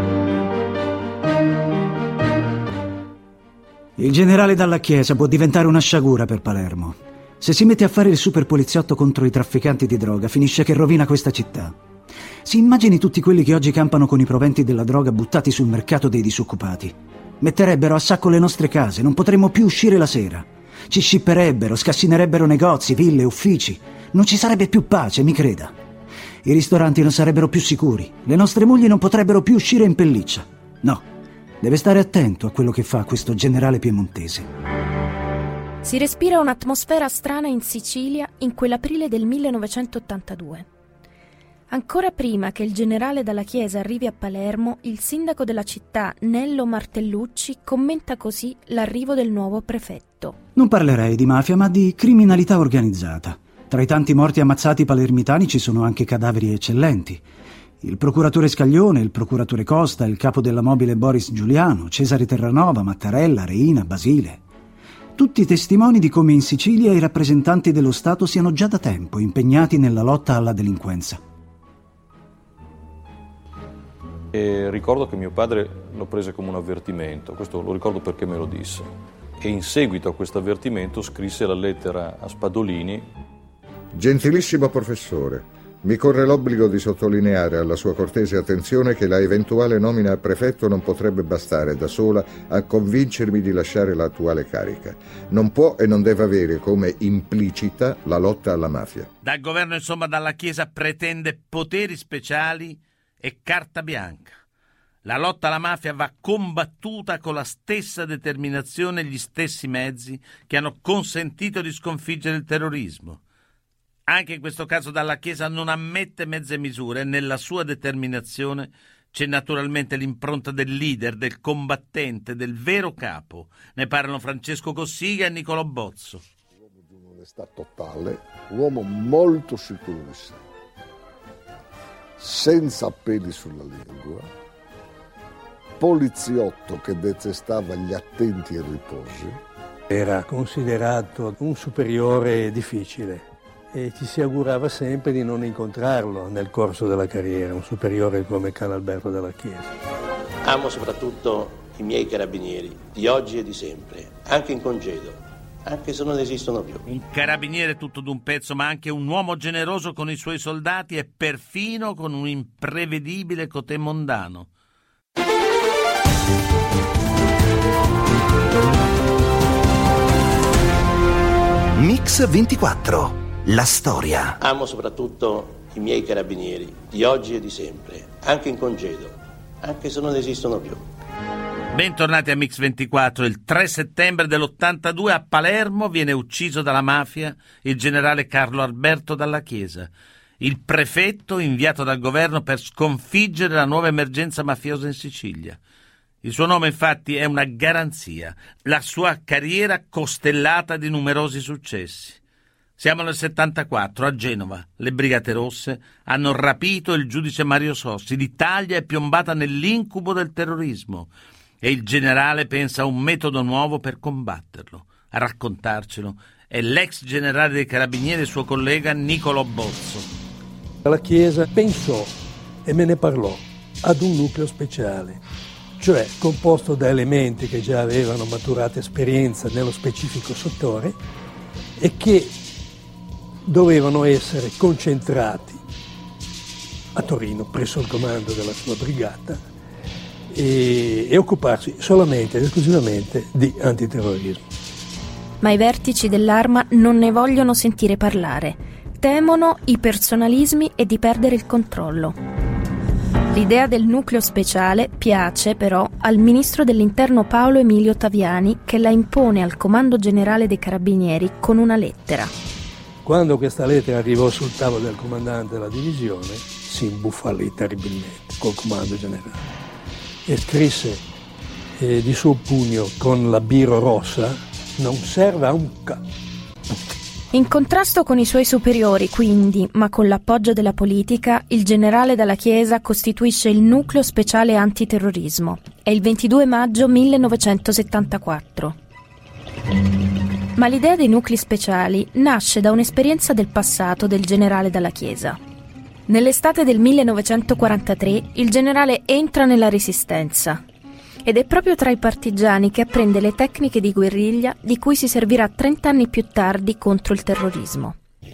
Il generale Dalla Chiesa può diventare una sciagura per Palermo. Se si mette a fare il super poliziotto contro i trafficanti di droga, finisce che rovina questa città. Si immagini tutti quelli che oggi campano con i proventi della droga buttati sul mercato dei disoccupati. Metterebbero a sacco le nostre case, non potremmo più uscire la sera. Ci scipperebbero, scassinerebbero negozi, ville, uffici. Non ci sarebbe più pace, mi creda. I ristoranti non sarebbero più sicuri. Le nostre mogli non potrebbero più uscire in pelliccia. No, deve stare attento a quello che fa questo generale piemontese. Si respira un'atmosfera strana in Sicilia in quell'aprile del millenovecentottantadue. Ancora prima che il generale Dalla Chiesa arrivi a Palermo, il sindaco della città, Nello Martellucci, commenta così l'arrivo del nuovo prefetto. Non parlerei di mafia, ma di criminalità organizzata. Tra i tanti morti ammazzati palermitani ci sono anche cadaveri eccellenti. Il procuratore Scaglione, il procuratore Costa, il capo della mobile Boris Giuliano, Cesare Terranova, Mattarella, Reina, Basile. Tutti testimoni di come in Sicilia i rappresentanti dello Stato siano già da tempo impegnati nella lotta alla delinquenza. E ricordo che mio padre lo prese come un avvertimento, questo lo ricordo perché me lo disse, e in seguito a questo avvertimento scrisse la lettera a Spadolini. Gentilissimo professore, Mi corre l'obbligo di sottolineare alla sua cortese attenzione che la eventuale nomina a prefetto non potrebbe bastare da sola a convincermi di lasciare l'attuale carica. Non può e non deve avere come implicita la lotta alla mafia. Dal governo, insomma, dalla Chiesa pretende poteri speciali e carta bianca. La lotta alla mafia va combattuta con la stessa determinazione e gli stessi mezzi che hanno consentito di sconfiggere il terrorismo. Anche in questo caso dalla Chiesa non ammette mezze misure e nella sua determinazione c'è naturalmente l'impronta del leader, del combattente, del vero capo. Ne parlano Francesco Cossiga e Nicolò Bozzo. Uomo di un'onestà totale, uomo molto sicuro di sé, senza appelli sulla lingua, poliziotto che detestava gli attenti e i riposi. Era considerato un superiore difficile e ci si augurava sempre di non incontrarlo nel corso della carriera, un superiore come Carlo Alberto Dalla Chiesa. Amo soprattutto i miei carabinieri, di oggi e di sempre, anche in congedo, anche se non esistono più. Un carabiniere tutto d'un pezzo, ma anche un uomo generoso con i suoi soldati e perfino con un imprevedibile cotè mondano. Mix ventiquattro. La storia. Amo soprattutto i miei carabinieri, di oggi e di sempre, anche in congedo, anche se non esistono più. Bentornati a Mix ventiquattro. Il tre settembre dell'ottantadue a Palermo viene ucciso dalla mafia il generale Carlo Alberto Dalla Chiesa, il prefetto inviato dal governo per sconfiggere la nuova emergenza mafiosa in Sicilia. Il suo nome infatti è una garanzia, la sua carriera costellata di numerosi successi. Siamo nel settantaquattro, a Genova. Le Brigate Rosse hanno rapito il giudice Mario Sossi. L'Italia è piombata nell'incubo del terrorismo e il generale pensa a un metodo nuovo per combatterlo. A raccontarcelo è l'ex generale dei Carabinieri e suo collega Nicolò Bozzo. La Chiesa pensò e me ne parlò ad un nucleo speciale, cioè composto da elementi che già avevano maturato esperienza nello specifico settore e che dovevano essere concentrati a Torino presso il comando della sua brigata e, e occuparsi solamente ed esclusivamente di antiterrorismo. Ma i vertici dell'Arma non ne vogliono sentire parlare, temono i personalismi e di perdere il controllo. L'idea del nucleo speciale piace però al ministro dell'Interno Paolo Emilio Taviani, che la impone al comando generale dei Carabinieri con una lettera. Quando questa lettera arrivò sul tavolo del comandante della divisione, si imbufalì terribilmente col comando generale e scrisse eh, di suo pugno con la biro rossa: non serve a un c***o. In contrasto con i suoi superiori, quindi, ma con l'appoggio della politica, il generale Dalla Chiesa costituisce il nucleo speciale antiterrorismo. È il ventidue maggio millenovecentosettantaquattro. Ma l'idea dei nuclei speciali nasce da un'esperienza del passato del generale Dalla Chiesa. Nell'estate del millenovecentoquarantatré il generale entra nella Resistenza ed è proprio tra i partigiani che apprende le tecniche di guerriglia di cui si servirà trent'anni più tardi contro il terrorismo.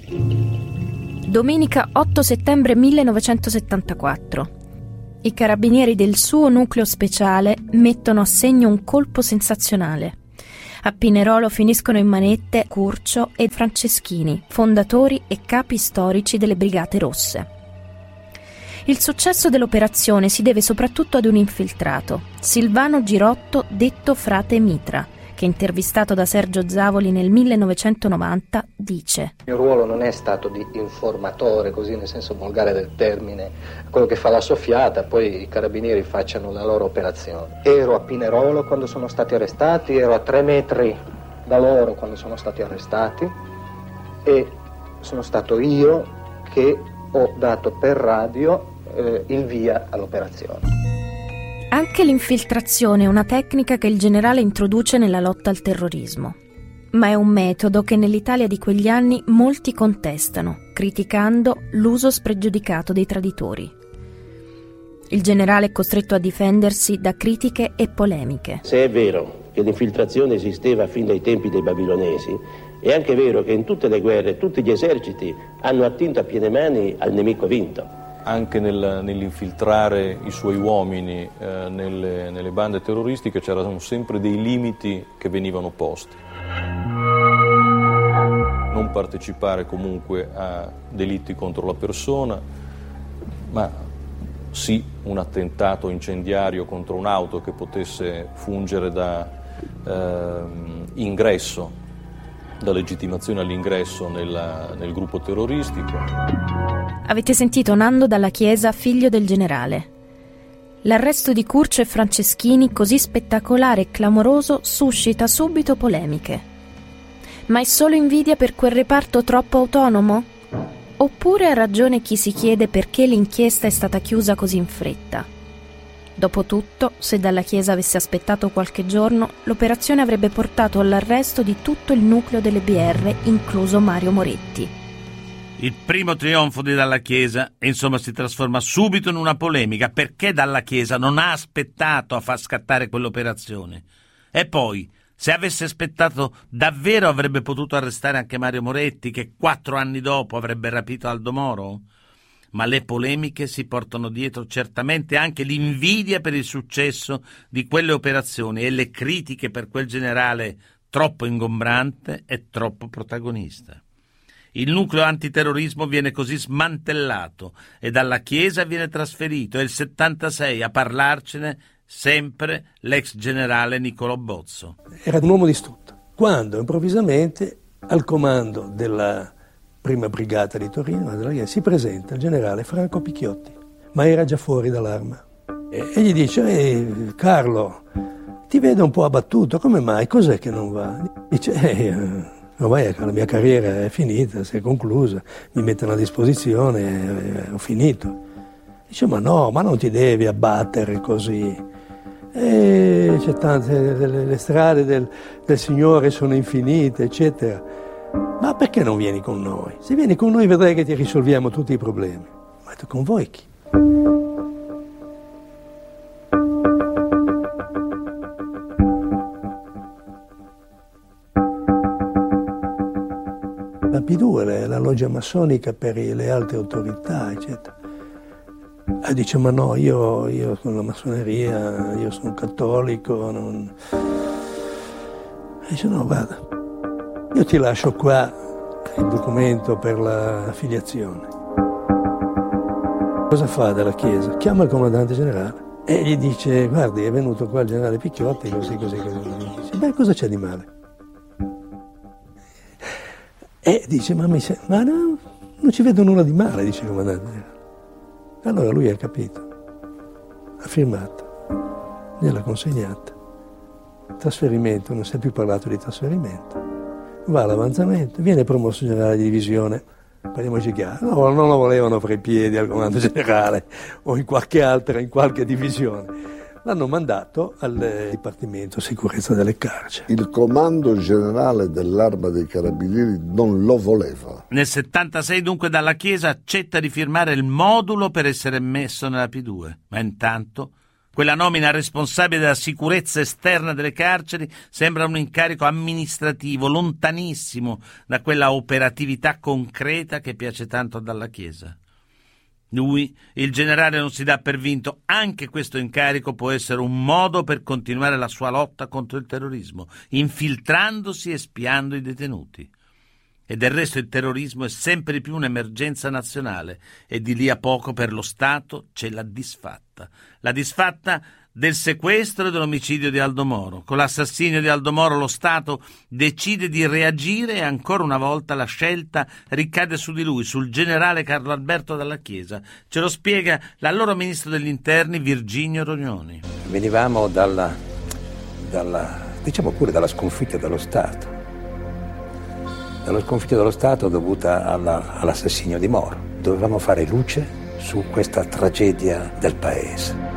Domenica otto settembre millenovecentosettantaquattro. I carabinieri del suo nucleo speciale mettono a segno un colpo sensazionale. A Pinerolo finiscono in manette Curcio e Franceschini, fondatori e capi storici delle Brigate Rosse. Il successo dell'operazione si deve soprattutto ad un infiltrato, Silvano Girotto, detto Frate Mitra, che intervistato da Sergio Zavoli nel millenovecentonovanta dice: Il mio ruolo non è stato di informatore, così nel senso volgare del termine, quello che fa la soffiata, poi i carabinieri facciano la loro operazione. Ero a Pinerolo quando sono stati arrestati, ero a tre metri da loro quando sono stati arrestati e sono stato io che ho dato per radio eh, il via all'operazione. Anche l'infiltrazione è una tecnica che il generale introduce nella lotta al terrorismo, ma è un metodo che nell'Italia di quegli anni molti contestano, criticando l'uso spregiudicato dei traditori. Il generale è costretto a difendersi da critiche e polemiche. Se è vero che l'infiltrazione esisteva fin dai tempi dei babilonesi, è anche vero che in tutte le guerre tutti gli eserciti hanno attinto a piene mani al nemico vinto. Anche nel, nell'infiltrare i suoi uomini eh, nelle, nelle bande terroristiche c'erano sempre dei limiti che venivano posti. Non partecipare comunque a delitti contro la persona, ma sì un attentato incendiario contro un'auto che potesse fungere da eh, ingresso, da legittimazione all'ingresso nella, nel gruppo terroristico. Avete sentito Nando Dalla Chiesa, figlio del generale. L'arresto di Curcio e Franceschini, così spettacolare e clamoroso, suscita subito polemiche. Ma è solo invidia per quel reparto troppo autonomo? Oppure ha ragione chi si chiede perché l'inchiesta è stata chiusa così in fretta? Dopotutto, se Dalla Chiesa avesse aspettato qualche giorno, l'operazione avrebbe portato all'arresto di tutto il nucleo delle B R, incluso Mario Moretti. Il primo trionfo di Dalla Chiesa, insomma, si trasforma subito in una polemica perché Dalla Chiesa non ha aspettato a far scattare quell'operazione. E poi, se avesse aspettato, davvero avrebbe potuto arrestare anche Mario Moretti, che quattro anni dopo avrebbe rapito Aldo Moro? Ma le polemiche si portano dietro certamente anche l'invidia per il successo di quelle operazioni e le critiche per quel generale troppo ingombrante e troppo protagonista. Il nucleo antiterrorismo viene così smantellato e Dalla Chiesa viene trasferito e il settantasei a parlarcene sempre l'ex generale Niccolò Bozzo. Era un uomo distrutto, quando improvvisamente al comando della prima brigata di Torino si presenta il generale Franco Picchiotti, ma era già fuori dall'arma. E, e gli dice: eh, Carlo, ti vedo un po' abbattuto, come mai? Cos'è che non va? Dice: eh, ormai la mia carriera è finita, si è conclusa, mi mettono a disposizione, eh, ho finito. Dice: ma no, ma non ti devi abbattere così. E c'è tante, le, le strade del, del Signore sono infinite, eccetera. Ma perché non vieni con noi? Se vieni con noi vedrai che ti risolviamo tutti i problemi. Ma tu con voi chi? La P due, la loggia massonica per le alte autorità, eccetera. E dice: ma no, io, io con la massoneria, io sono cattolico, non... E dice: no, guarda, io ti lascio qua il documento per la filiazione. Cosa fa Dalla Chiesa? Chiama il comandante generale e gli dice: guardi, è venuto qua il generale Picchiotti, così, così, così. Dice: beh, cosa c'è di male? E dice: ma, mi se... ma no, non ci vedo nulla di male, dice il comandante generale. Allora lui ha capito, ha firmato, gliel'ha consegnata. Trasferimento, non si è più parlato di trasferimento. Va all'avanzamento, viene promosso generale di divisione. Parliamoci chiaro, no, non lo volevano fra i piedi al comando generale o in qualche altra, in qualche divisione. L'hanno mandato al Dipartimento Sicurezza delle Carceri. Il comando generale dell'Arma dei Carabinieri non lo voleva. Nel settantasei dunque Dalla Chiesa accetta di firmare il modulo per essere messo nella P due, ma intanto quella nomina responsabile della sicurezza esterna delle carceri sembra un incarico amministrativo lontanissimo da quella operatività concreta che piace tanto a Dalla Chiesa. Lui, il generale, non si dà per vinto. Anche questo incarico può essere un modo per continuare la sua lotta contro il terrorismo, infiltrandosi e spiando i detenuti. E del resto il terrorismo è sempre più un'emergenza nazionale e di lì a poco per lo Stato c'è la disfatta. La disfatta del sequestro e dell'omicidio di Aldo Moro. Con l'assassinio di Aldo Moro lo Stato decide di reagire e ancora una volta la scelta ricade su di lui, sul generale Carlo Alberto Dalla Chiesa. Ce lo spiega l'allora ministro degli interni Virginio Rognoni. Venivamo dalla, dalla diciamo pure dalla sconfitta dello Stato. Dalla sconfitta dello Stato dovuta alla, all'assassinio di Moro. Dovevamo fare luce su questa tragedia del paese.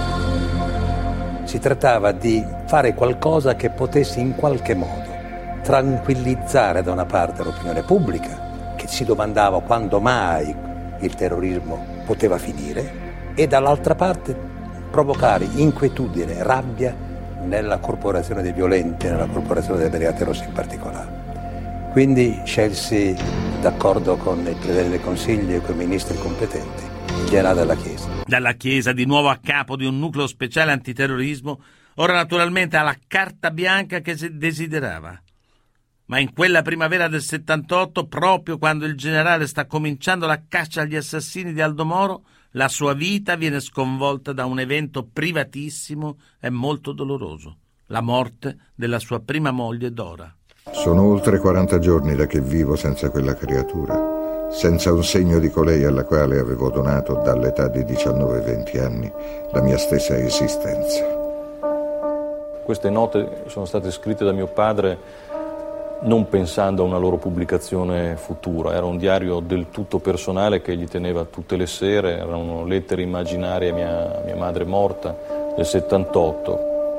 Si trattava di fare qualcosa che potesse in qualche modo tranquillizzare da una parte l'opinione pubblica, che si domandava quando mai il terrorismo poteva finire, e dall'altra parte provocare inquietudine, rabbia nella corporazione dei violenti, nella corporazione delle Brigate Rosse in particolare. Quindi scelsi, d'accordo con il Presidente del Consiglio e con i ministri competenti, il generale Dalla Chiesa. Dalla Chiesa, di nuovo a capo di un nucleo speciale antiterrorismo, ora naturalmente ha la carta bianca che si desiderava. Ma in quella primavera del settantotto, proprio quando il generale sta cominciando la caccia agli assassini di Aldo Moro, la sua vita viene sconvolta da un evento privatissimo e molto doloroso: la morte della sua prima moglie Dora. Sono oltre quaranta giorni da che vivo senza quella creatura, senza un segno di colei alla quale avevo donato dall'età di diciannove venti anni la mia stessa esistenza. Queste note sono state scritte da mio padre non pensando a una loro pubblicazione futura. Era un diario del tutto personale che egli teneva tutte le sere, erano lettere immaginarie a mia, mia madre morta del settantotto.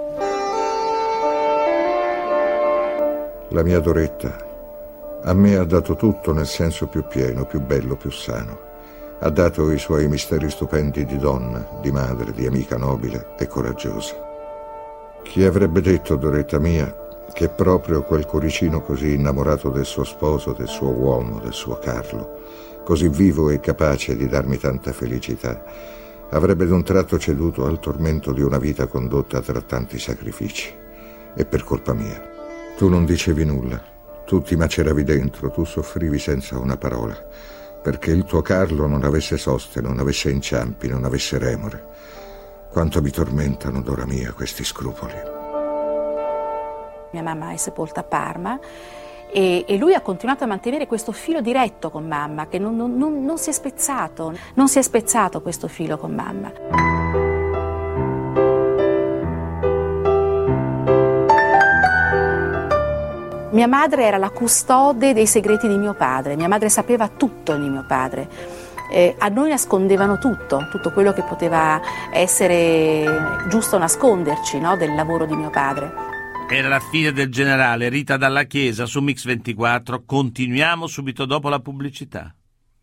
La mia Doretta a me ha dato tutto nel senso più pieno, più bello, più sano. Ha dato i suoi misteri stupendi di donna, di madre, di amica nobile e coraggiosa. Chi avrebbe detto, Doretta mia, che proprio quel cuoricino così innamorato del suo sposo, del suo uomo, del suo Carlo, così vivo e capace di darmi tanta felicità, avrebbe d'un tratto ceduto al tormento di una vita condotta tra tanti sacrifici. E per colpa mia. Tu non dicevi nulla, tu ti maceravi dentro, tu soffrivi senza una parola, perché il tuo Carlo non avesse soste, non avesse inciampi, non avesse remore. Quanto mi tormentano, Dora mia, questi scrupoli. Mia mamma è sepolta a Parma e, e lui ha continuato a mantenere questo filo diretto con mamma, che non, non, non, non si è spezzato, non si è spezzato questo filo con mamma. Mia madre era la custode dei segreti di mio padre, mia madre sapeva tutto di mio padre. Eh, a noi nascondevano tutto, tutto quello che poteva essere giusto nasconderci, no, del lavoro di mio padre. Era la fine del generale, Rita Dalla Chiesa su Mix ventiquattro. Continuiamo subito dopo la pubblicità.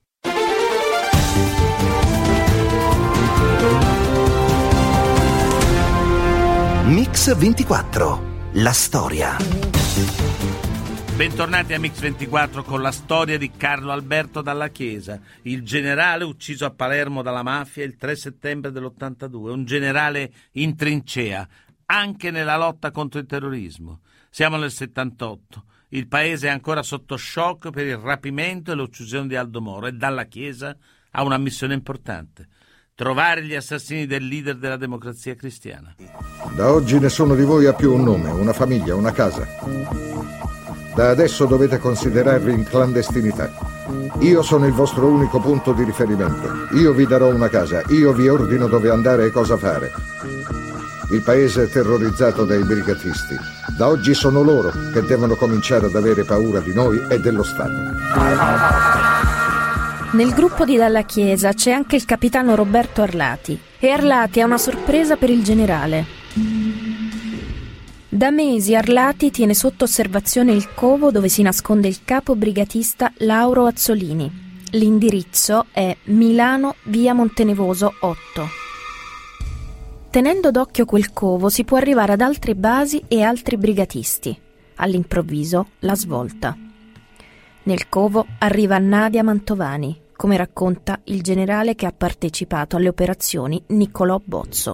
Mix ventiquattro, la storia. Bentornati a Mix ventiquattro con la storia di Carlo Alberto Dalla Chiesa, il generale ucciso a Palermo dalla mafia il tre settembre dell'ottantadue, un generale in trincea, anche nella lotta contro il terrorismo. Siamo nel settantotto, il paese è ancora sotto shock per il rapimento e l'uccisione di Aldo Moro e Dalla Chiesa ha una missione importante: trovare gli assassini del leader della Democrazia Cristiana. Da oggi nessuno di voi ha più un nome, una famiglia, una casa. Da adesso dovete considerarvi in clandestinità. Io sono il vostro unico punto di riferimento. Io vi darò una casa, io vi ordino dove andare e cosa fare. Il paese è terrorizzato dai brigatisti. Da oggi sono loro che devono cominciare ad avere paura di noi e dello Stato. Nel gruppo di Dalla Chiesa c'è anche il capitano Roberto Arlati. E Arlati ha una sorpresa per il generale. Da mesi Arlati tiene sotto osservazione il covo dove si nasconde il capo brigatista Lauro Azzolini. L'indirizzo è Milano, via Montenevoso otto. Tenendo d'occhio quel covo si può arrivare ad altre basi e altri brigatisti. All'improvviso la svolta. Nel covo arriva Nadia Mantovani, come racconta il generale che ha partecipato alle operazioni Niccolò Bozzo.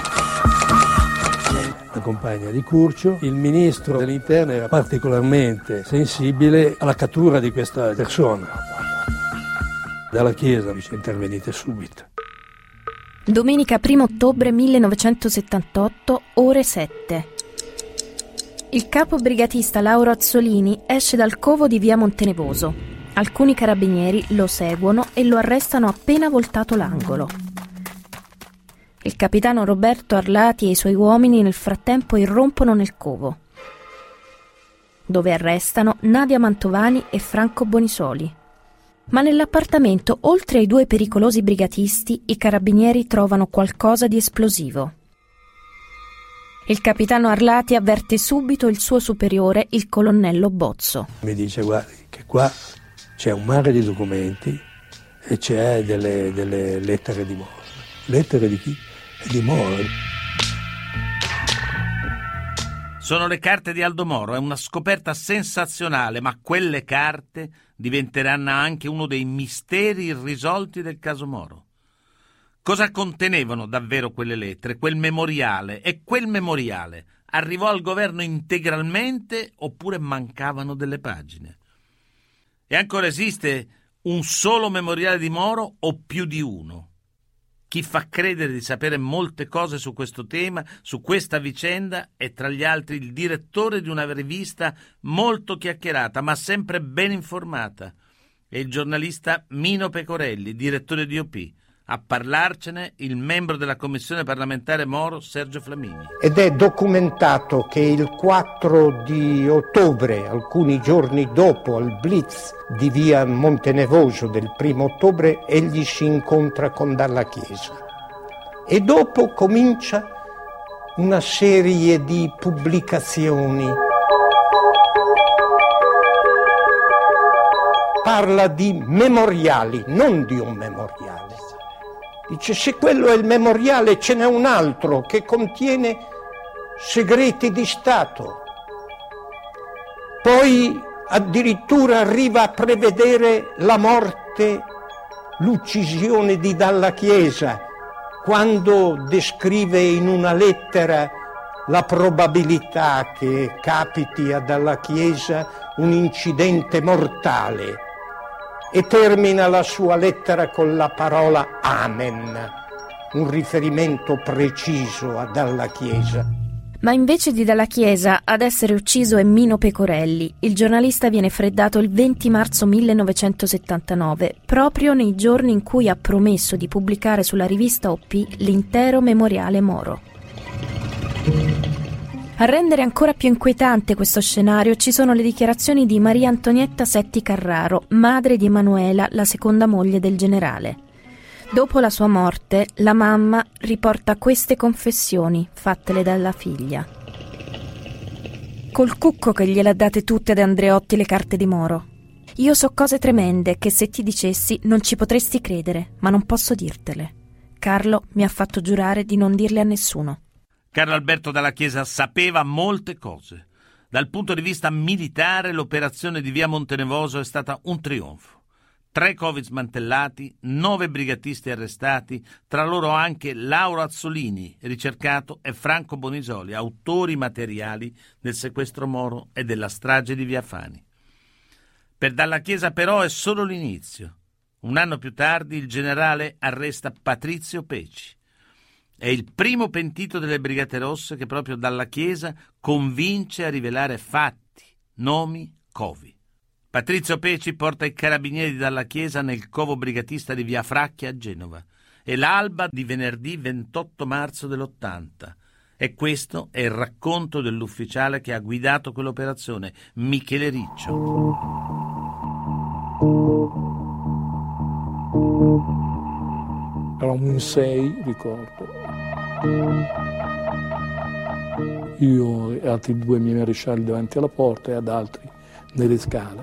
La compagna di Curcio, il ministro dell'Interno era particolarmente sensibile alla cattura di questa persona. Dalla Chiesa dice: intervenite subito. Domenica primo ottobre millenovecentosettantotto, ore sette. Il capo brigatista Lauro Azzolini esce dal covo di via Montenevoso. Alcuni carabinieri lo seguono e lo arrestano appena voltato l'angolo. Il capitano Roberto Arlati e i suoi uomini nel frattempo irrompono nel covo, dove arrestano Nadia Mantovani e Franco Bonisoli. Ma nell'appartamento, oltre ai due pericolosi brigatisti, i carabinieri trovano qualcosa di esplosivo. Il capitano Arlati avverte subito il suo superiore, il colonnello Bozzo. Mi dice: guardi che qua c'è un mare di documenti e c'è delle, delle lettere di Moro. Lettere di chi? Di Moro. Sono le carte di Aldo Moro, è una scoperta sensazionale, ma quelle carte diventeranno anche uno dei misteri irrisolti del caso Moro. Cosa contenevano davvero quelle lettere, quel memoriale? E quel memoriale arrivò al governo integralmente oppure mancavano delle pagine? E ancora esiste un solo memoriale di Moro o più di uno? Chi fa credere di sapere molte cose su questo tema, su questa vicenda, è tra gli altri il direttore di una rivista molto chiacchierata, ma sempre ben informata. È il giornalista Mino Pecorelli, direttore di O P. A parlarcene il membro della commissione parlamentare Moro, Sergio Flamini. Ed è documentato che il quattro di ottobre, alcuni giorni dopo al blitz di via Montenevoso del primo ottobre, egli si incontra con Dalla Chiesa. E dopo comincia una serie di pubblicazioni. Parla di memoriali, non di un memoriale. Dice, se quello è il memoriale, ce n'è un altro che contiene segreti di Stato. Poi addirittura arriva a prevedere la morte, l'uccisione di Dalla Chiesa, quando descrive in una lettera la probabilità che capiti a Dalla Chiesa un incidente mortale. E termina la sua lettera con la parola Amen, un riferimento preciso a Dalla Chiesa. Ma invece di Dalla Chiesa ad essere ucciso è Mino Pecorelli. Il giornalista viene freddato il venti marzo millenovecentosettantanove, proprio nei giorni in cui ha promesso di pubblicare sulla rivista O P l'intero memoriale Moro. A rendere ancora più inquietante questo scenario ci sono le dichiarazioni di Maria Antonietta Setti Carraro, madre di Emanuela, la seconda moglie del generale. Dopo la sua morte, la mamma riporta queste confessioni fattele dalla figlia. Col cucco che gliele ha date tutte ad Andreotti le carte di Moro. Io so cose tremende che se ti dicessi non ci potresti credere, ma non posso dirtele. Carlo mi ha fatto giurare di non dirle a nessuno. Carlo Alberto Dalla Chiesa sapeva molte cose. Dal punto di vista militare, l'operazione di via Montenevoso è stata un trionfo. Tre covi smantellati, nove brigatisti arrestati, tra loro anche Lauro Azzolini, ricercato, e Franco Bonisoli, autori materiali del sequestro Moro e della strage di via Fani. Per Dalla Chiesa però è solo l'inizio. Un anno più tardi il generale arresta Patrizio Peci. È il primo pentito delle Brigate Rosse che proprio Dalla Chiesa convince a rivelare fatti, nomi, covi. Patrizio Peci porta i carabinieri di Dalla Chiesa nel covo brigatista di via Fracchia a Genova. È l'alba di venerdì ventotto marzo dell'ottanta. E questo è il racconto dell'ufficiale che ha guidato quell'operazione, Michele Riccio. Eravamo in sei, ricordo. Io e altri due miei marescialli davanti alla porta e ad altri nelle scale.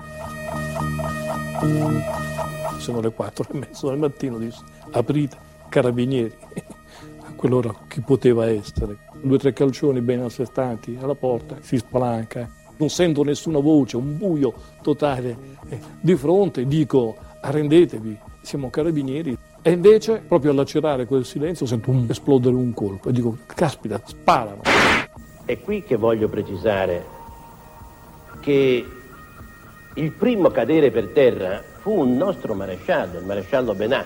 Sono le quattro e mezzo del mattino, disse, aprite, carabinieri. A quell'ora chi poteva essere? Due o tre calcioni ben assestati alla porta, si spalanca. Non sento nessuna voce, un buio totale. Di fronte dico, arrendetevi, siamo carabinieri. E invece, proprio a lacerare quel silenzio, sento un, esplodere un colpo e dico, caspita, sparano. È qui che voglio precisare che il primo a cadere per terra fu un nostro maresciallo, il maresciallo Benà.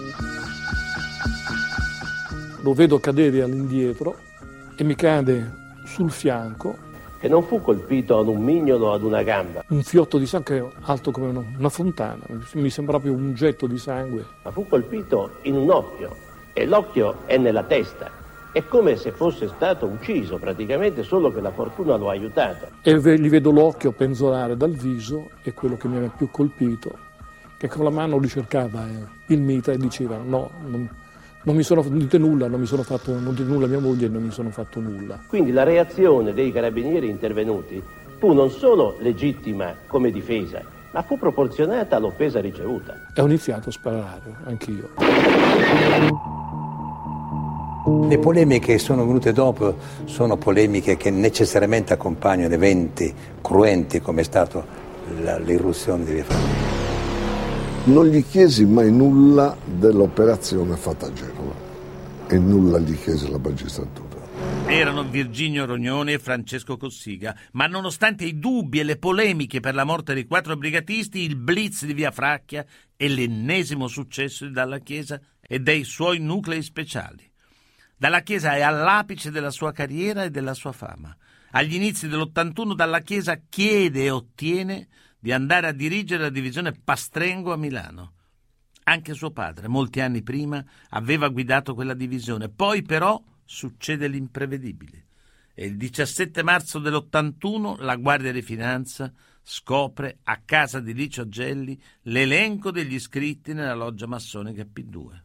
Lo vedo cadere all'indietro e mi cade sul fianco. Che non fu colpito ad un mignolo o ad una gamba. Un fiotto di sangue alto come una, una fontana, mi sembra proprio un getto di sangue. Ma fu colpito in un occhio, e l'occhio è nella testa. È come se fosse stato ucciso praticamente, solo che la fortuna lo ha aiutato. E gli vedo l'occhio penzolare dal viso, e quello che mi aveva più colpito, che con la mano ricercava il mitra e diceva no, non, non mi sono dite nulla, non mi sono fatto non dite nulla a mia moglie e non mi sono fatto nulla. Quindi la reazione dei carabinieri intervenuti fu non solo legittima come difesa, ma fu proporzionata all'offesa ricevuta. E ho iniziato a sparare, anch'io. Le polemiche che sono venute dopo sono polemiche che necessariamente accompagnano eventi cruenti come è stato la, l'irruzione di Via Francesca. Non gli chiesi mai nulla dell'operazione fatta a Genova e nulla gli chiese la magistratura. Erano Virginio Rognoni e Francesco Cossiga, ma nonostante i dubbi e le polemiche per la morte dei quattro brigatisti, il blitz di Via Fracchia è l'ennesimo successo di Dalla Chiesa e dei suoi nuclei speciali. Dalla Chiesa è all'apice della sua carriera e della sua fama. Agli inizi dell'ottantuno Dalla Chiesa chiede e ottiene di andare a dirigere la divisione Pastrengo a Milano. Anche suo padre, molti anni prima, aveva guidato quella divisione. Poi però succede l'imprevedibile e il diciassette marzo dell'ottantuno la Guardia di Finanza scopre a casa di Licio Gelli l'elenco degli iscritti nella loggia massonica P due.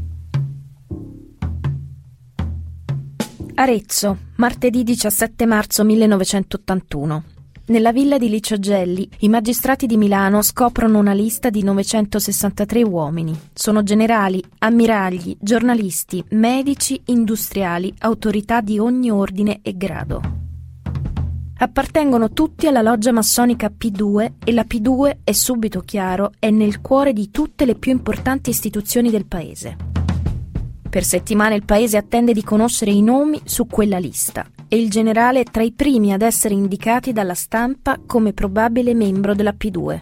Arezzo, martedì diciassette marzo millenovecentottantuno. Nella villa di Licio Gelli, i magistrati di Milano scoprono una lista di novecentosessantatré uomini. Sono generali, ammiragli, giornalisti, medici, industriali, autorità di ogni ordine e grado. Appartengono tutti alla loggia massonica P due e la P due, è subito chiaro, è nel cuore di tutte le più importanti istituzioni del paese. Per settimane il paese attende di conoscere i nomi su quella lista e il generale è tra i primi ad essere indicati dalla stampa come probabile membro della P due.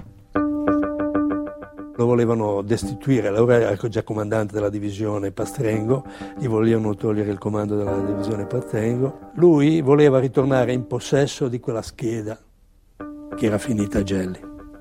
Lo volevano destituire, allora era già comandante della divisione Pastrengo, gli volevano togliere il comando della divisione Pastrengo. Lui voleva ritornare in possesso di quella scheda che era finita a Gelli.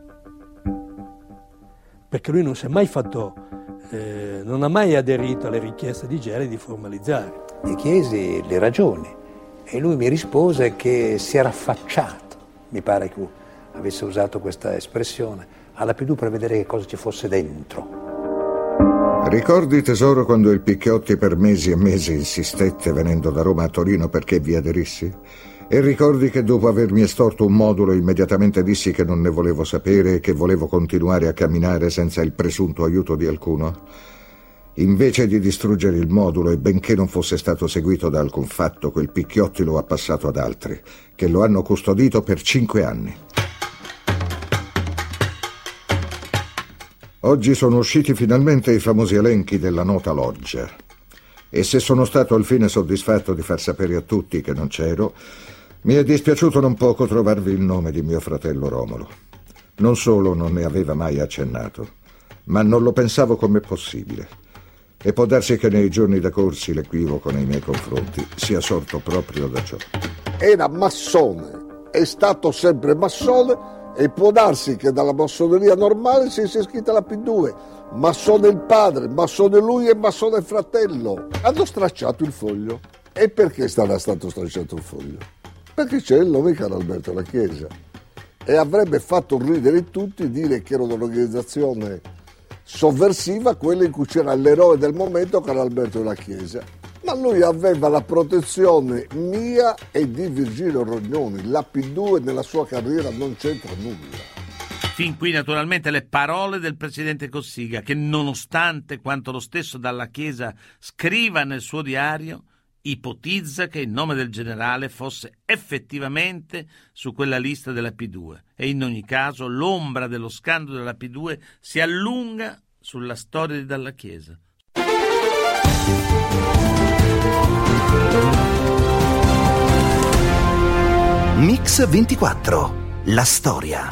Perché lui non si è mai fatto, eh, non ha mai aderito alle richieste di Gelli di formalizzare. Gli chiesi le ragioni e lui mi rispose che si era affacciato, mi pare che avesse usato questa espressione, alla P due per vedere che cosa ci fosse dentro. Ricordi, tesoro, quando il Picchiotti per mesi e mesi insistette venendo da Roma a Torino perché vi aderissi? E ricordi che dopo avermi estorto un modulo immediatamente dissi che non ne volevo sapere e che volevo continuare a camminare senza il presunto aiuto di alcuno? Invece di distruggere il modulo, e benché non fosse stato seguito da alcun fatto, quel Picchiotti lo ha passato ad altri, che lo hanno custodito per cinque anni. Oggi sono usciti finalmente i famosi elenchi della nota loggia. E se sono stato alfine soddisfatto di far sapere a tutti che non c'ero, mi è dispiaciuto non poco trovarvi il nome di mio fratello Romolo. Non solo non ne aveva mai accennato, ma non lo pensavo come possibile. E può darsi che nei giorni da corsi l'equivoco nei miei confronti sia sorto proprio da ciò. Era massone, è stato sempre massone e può darsi che dalla massoneria normale si sia iscritta alla P due. Massone il padre, massone lui e massone il fratello. Hanno stracciato il foglio. E perché sarà stato stracciato il foglio? Perché c'è il nome di Carlo Alberto La Chiesa. E avrebbe fatto ridere tutti dire che era un'organizzazione sovversiva, quella in cui c'era l'eroe del momento, Carlo Alberto La Chiesa. Ma lui aveva la protezione mia e di Virgilio Rognoni. La P due nella sua carriera non c'entra nulla. Fin qui naturalmente le parole del presidente Cossiga, che nonostante quanto lo stesso Dalla Chiesa scriva nel suo diario, ipotizza che il nome del generale fosse effettivamente su quella lista della P due e in ogni caso l'ombra dello scandalo della P due si allunga sulla storia di Dalla Chiesa. Mix ventiquattro, la storia.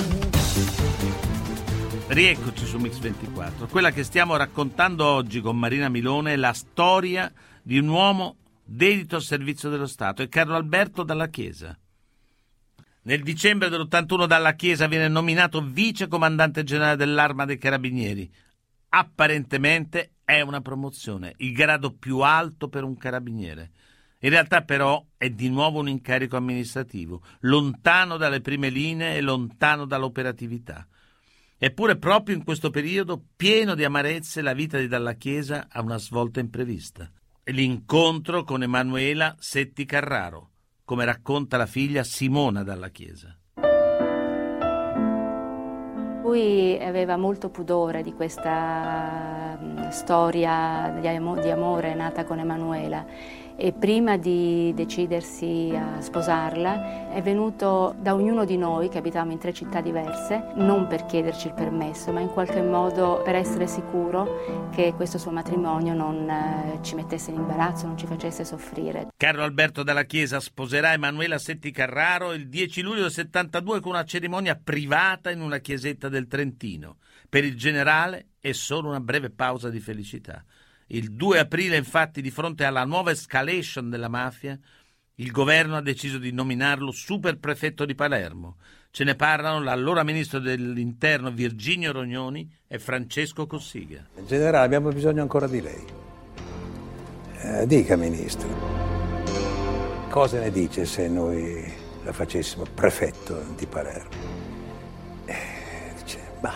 Rieccoci su Mix ventiquattro. Quella che stiamo raccontando oggi con Marina Milone è la storia di un uomo dedito al servizio dello Stato, è Carlo Alberto Dalla Chiesa. Nel dicembre dell'ottantuno Dalla Chiesa viene nominato vice comandante generale dell'Arma dei Carabinieri. Apparentemente è una promozione, il grado più alto per un carabiniere. In realtà però è di nuovo un incarico amministrativo, lontano dalle prime linee e lontano dall'operatività. Eppure proprio in questo periodo, pieno di amarezze, la vita di Dalla Chiesa ha una svolta imprevista. L'incontro con Emanuela Setti Carraro, come racconta la figlia Simona Dalla Chiesa. lui aveva molto pudore di questa mh, storia di, am- di amore nata con Emanuela, e prima di decidersi a sposarla è venuto da ognuno di noi che abitavamo in tre città diverse, non per chiederci il permesso, ma in qualche modo per essere sicuro che questo suo matrimonio non eh, ci mettesse in imbarazzo, non ci facesse soffrire. Carlo Alberto Dalla Chiesa sposerà Emanuela Setti Carraro il dieci luglio del settantadue con una cerimonia privata in una chiesetta del Trentino. Per il generale è solo una breve pausa di felicità. Il due aprile, infatti, di fronte alla nuova escalation della mafia, il governo ha deciso di nominarlo superprefetto di Palermo. Ce ne parlano l'allora ministro dell'Interno Virginio Rognoni e Francesco Cossiga. Generale, abbiamo bisogno ancora di lei. Eh, dica, ministro, cosa ne dice se noi la facessimo prefetto di Palermo? Eh, dice, bah,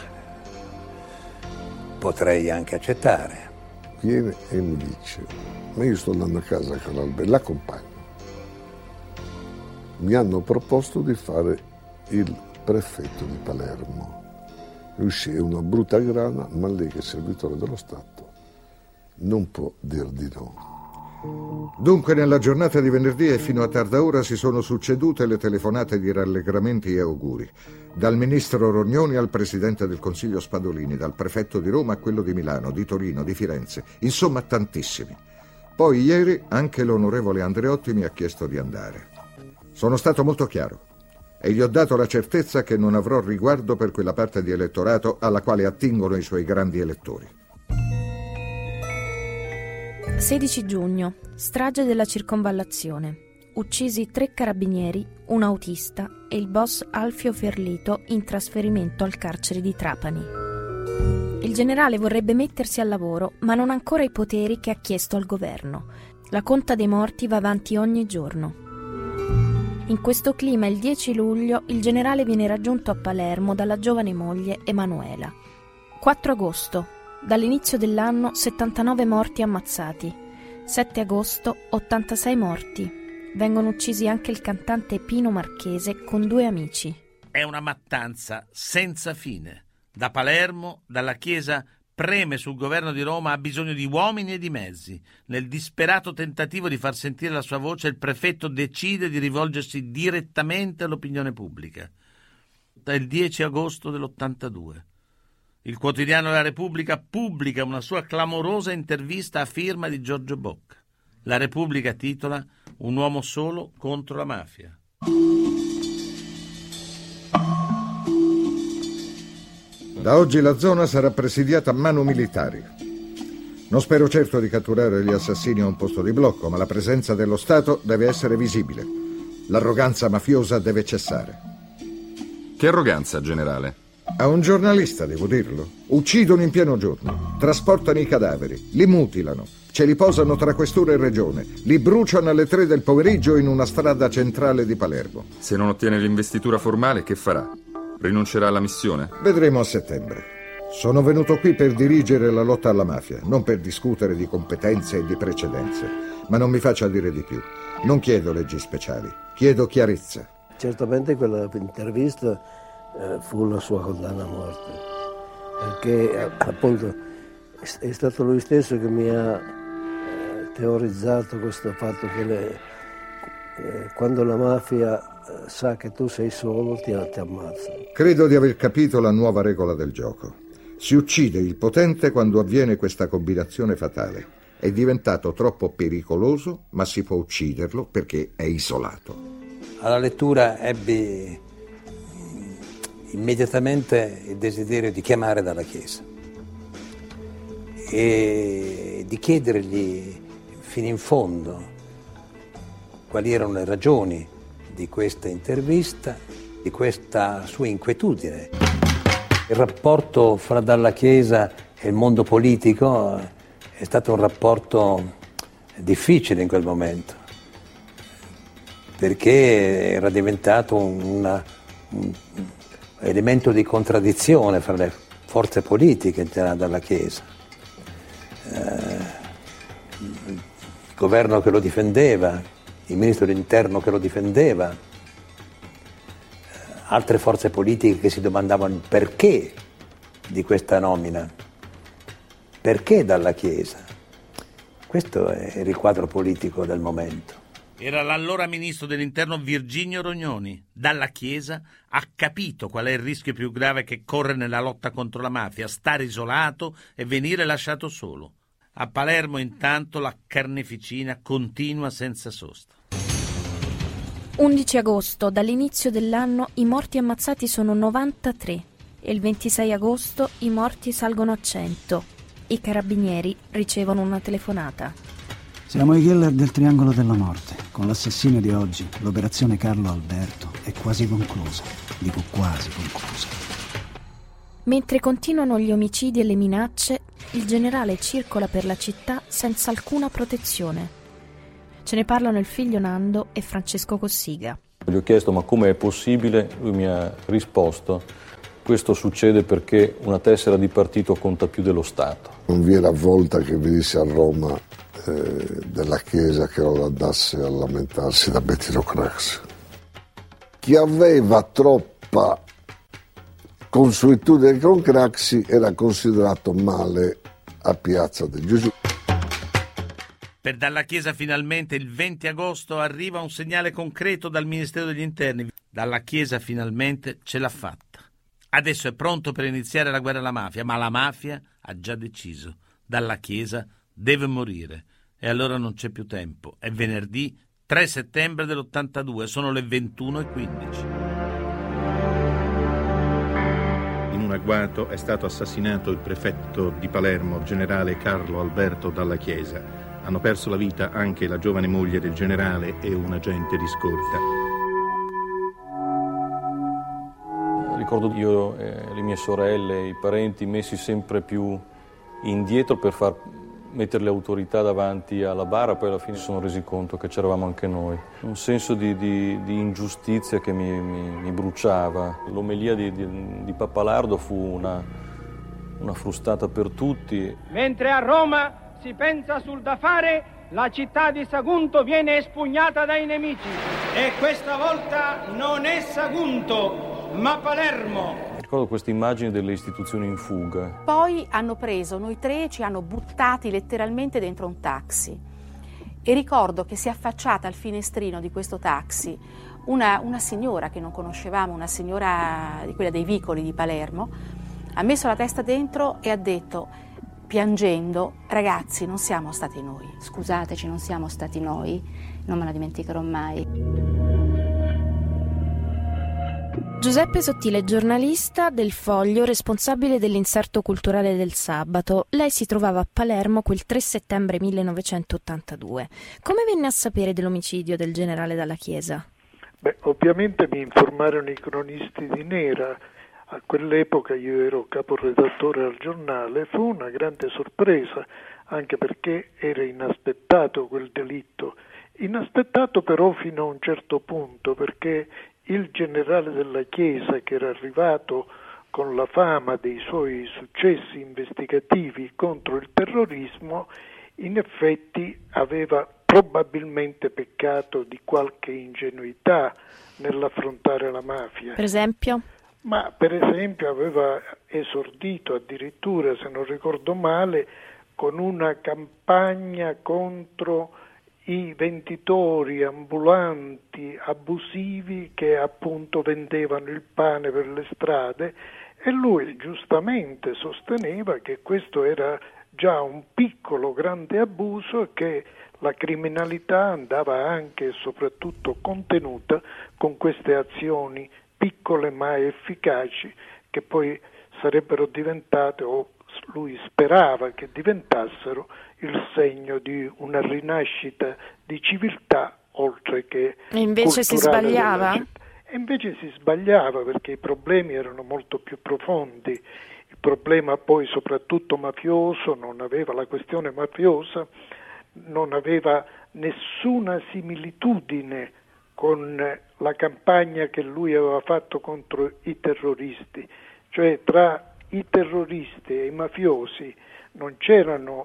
potrei anche accettare. Viene e mi dice, ma io sto andando a casa a Carlo Alberto, l'accompagno. Mi hanno proposto di fare il prefetto di Palermo. Lui è una brutta grana, ma lei che è servitore dello Stato non può dir di no. Dunque nella giornata di venerdì e fino a tarda ora si sono succedute le telefonate di rallegramenti e auguri, dal ministro Rognoni al presidente del Consiglio Spadolini, dal prefetto di Roma a quello di Milano, di Torino, di Firenze, insomma tantissimi. Poi ieri anche l'onorevole Andreotti mi ha chiesto di andare. Sono stato molto chiaro e gli ho dato la certezza che non avrò riguardo per quella parte di elettorato alla quale attingono i suoi grandi elettori. sedici giugno, strage della circonvallazione. Uccisi tre carabinieri, un autista e il boss Alfio Ferlito in trasferimento al carcere di Trapani. Il generale vorrebbe mettersi al lavoro, ma non ha ancora i poteri che ha chiesto al governo. La conta dei morti va avanti ogni giorno. In questo clima, il dieci luglio, il generale viene raggiunto a Palermo dalla giovane moglie Emanuela. quattro agosto. Dall'inizio dell'anno settantanove morti ammazzati, sette agosto ottantasei morti. Vengono uccisi anche il cantante Pino Marchese con due amici. È una mattanza senza fine. Da Palermo, Dalla Chiesa preme sul governo di Roma, ha bisogno di uomini e di mezzi. Nel disperato tentativo di far sentire la sua voce, il prefetto decide di rivolgersi direttamente all'opinione pubblica. È il dieci agosto dell'ottantadue. Il quotidiano La Repubblica pubblica una sua clamorosa intervista a firma di Giorgio Bocca. La Repubblica titola Un uomo solo contro la mafia. Da oggi la zona sarà presidiata a mano militari. Non spero certo di catturare gli assassini a un posto di blocco, ma la presenza dello Stato deve essere visibile. L'arroganza mafiosa deve cessare. Che arroganza, generale? A un giornalista, devo dirlo. Uccidono in pieno giorno, trasportano i cadaveri, li mutilano, ce li posano tra questura e regione, li bruciano alle tre del pomeriggio in una strada centrale di Palermo. Se non ottiene l'investitura formale, che farà? Rinuncerà alla missione? Vedremo a settembre. Sono venuto qui per dirigere la lotta alla mafia, non per discutere di competenze e di precedenze. Ma non mi faccia dire di più. Non chiedo leggi speciali, chiedo chiarezza. Certamente quella intervista eh, fu la sua condanna a morte, perché eh, appunto è stato lui stesso che mi ha eh, teorizzato questo fatto che le, eh, quando la mafia eh, sa che tu sei solo ti, ti ammazza. Credo di aver capito la nuova regola del gioco. Si uccide il potente quando avviene questa combinazione fatale. È diventato troppo pericoloso, ma si può ucciderlo perché è isolato. Alla lettura ebbi immediatamente il desiderio di chiamare Dalla Chiesa e di chiedergli fino in fondo quali erano le ragioni di questa intervista, di questa sua inquietudine. Il rapporto fra Dalla Chiesa e il mondo politico è stato un rapporto difficile in quel momento, perché era diventato un, una, un elemento di contraddizione fra le forze politiche della Chiesa. Eh, il governo che lo difendeva, il ministro dell'Interno che lo difendeva, eh, altre forze politiche che si domandavano perché di questa nomina? Perché dalla Chiesa? Questo è il riquadro politico del momento. Era l'allora ministro dell'Interno Virginio Rognoni. Dalla Chiesa ha capito qual è il rischio più grave che corre nella lotta contro la mafia: stare isolato e venire lasciato solo. A Palermo intanto la carneficina continua senza sosta. undici agosto, dall'inizio dell'anno i morti ammazzati sono novantatré e il ventisei agosto i morti salgono a cento. I carabinieri ricevono una telefonata. Siamo i killer del Triangolo della Morte. Con l'assassinio di oggi, l'operazione Carlo Alberto è quasi conclusa. Dico quasi conclusa. Mentre continuano gli omicidi e le minacce, il generale circola per la città senza alcuna protezione. Ce ne parlano il figlio Nando e Francesco Cossiga. Gli ho chiesto ma come è possibile, lui mi ha risposto: questo succede perché una tessera di partito conta più dello Stato. Non vi era volta che venisse a Roma eh, della Chiesa che lo andasse a lamentarsi da Bettino Craxi. Chi aveva troppa consuetudine con Craxi era considerato male a Piazza del Gesù. Per Dalla Chiesa finalmente il venti agosto arriva un segnale concreto dal Ministero degli Interni. Dalla Chiesa finalmente ce l'ha fatta. Adesso è pronto per iniziare la guerra alla mafia, ma la mafia ha già deciso. Dalla Chiesa deve morire. E allora non c'è più tempo. È venerdì tre settembre dell'ottantadue, sono le ventuno e quindici. In un agguato è stato assassinato il prefetto di Palermo, generale Carlo Alberto Dalla Chiesa. Hanno perso la vita anche la giovane moglie del generale e un agente di scorta. Ricordo io, eh, le mie sorelle, i parenti messi sempre più indietro per far mettere le autorità davanti alla bara, poi alla fine si sono resi conto che c'eravamo anche noi. Un senso di, di, di ingiustizia che mi, mi, mi bruciava. L'omelia di, di, di Pappalardo fu una, una frustata per tutti. Mentre a Roma si pensa sul da fare, la città di Sagunto viene espugnata dai nemici. E questa volta non è Sagunto, ma Palermo. Ricordo queste immagini delle istituzioni in fuga. Poi hanno preso noi tre e ci hanno buttati letteralmente dentro un taxi. E ricordo che si è affacciata al finestrino di questo taxi una, una signora che non conoscevamo, una signora di quella dei vicoli di Palermo, ha messo la testa dentro e ha detto, piangendo: ragazzi, non siamo stati noi. Scusateci, non siamo stati noi, non me la dimenticherò mai. Giuseppe Sottile, giornalista del Foglio, responsabile dell'inserto culturale del Sabato. Lei si trovava a Palermo quel tre settembre millenovecentottantadue. Come venne a sapere dell'omicidio del generale Dalla Chiesa? Beh, ovviamente mi informarono i cronisti di Nera. A quell'epoca io ero caporedattore al giornale, fu una grande sorpresa, anche perché era inaspettato quel delitto. Inaspettato però fino a un certo punto, perché il generale Dalla Chiesa, che era arrivato con la fama dei suoi successi investigativi contro il terrorismo, in effetti aveva probabilmente peccato di qualche ingenuità nell'affrontare la mafia. Per esempio? Ma per esempio aveva esordito addirittura, se non ricordo male, con una campagna contro i venditori ambulanti abusivi che appunto vendevano il pane per le strade, e lui giustamente sosteneva che questo era già un piccolo grande abuso e che la criminalità andava anche e soprattutto contenuta con queste azioni piccole ma efficaci, che poi sarebbero diventate, o lui sperava che diventassero, il segno di una rinascita di civiltà oltre che e invece si sbagliava? E invece si sbagliava, perché i problemi erano molto più profondi. Il problema poi soprattutto mafioso non aveva, la questione mafiosa non aveva nessuna similitudine con la campagna che lui aveva fatto contro i terroristi, cioè tra i terroristi e i mafiosi non c'erano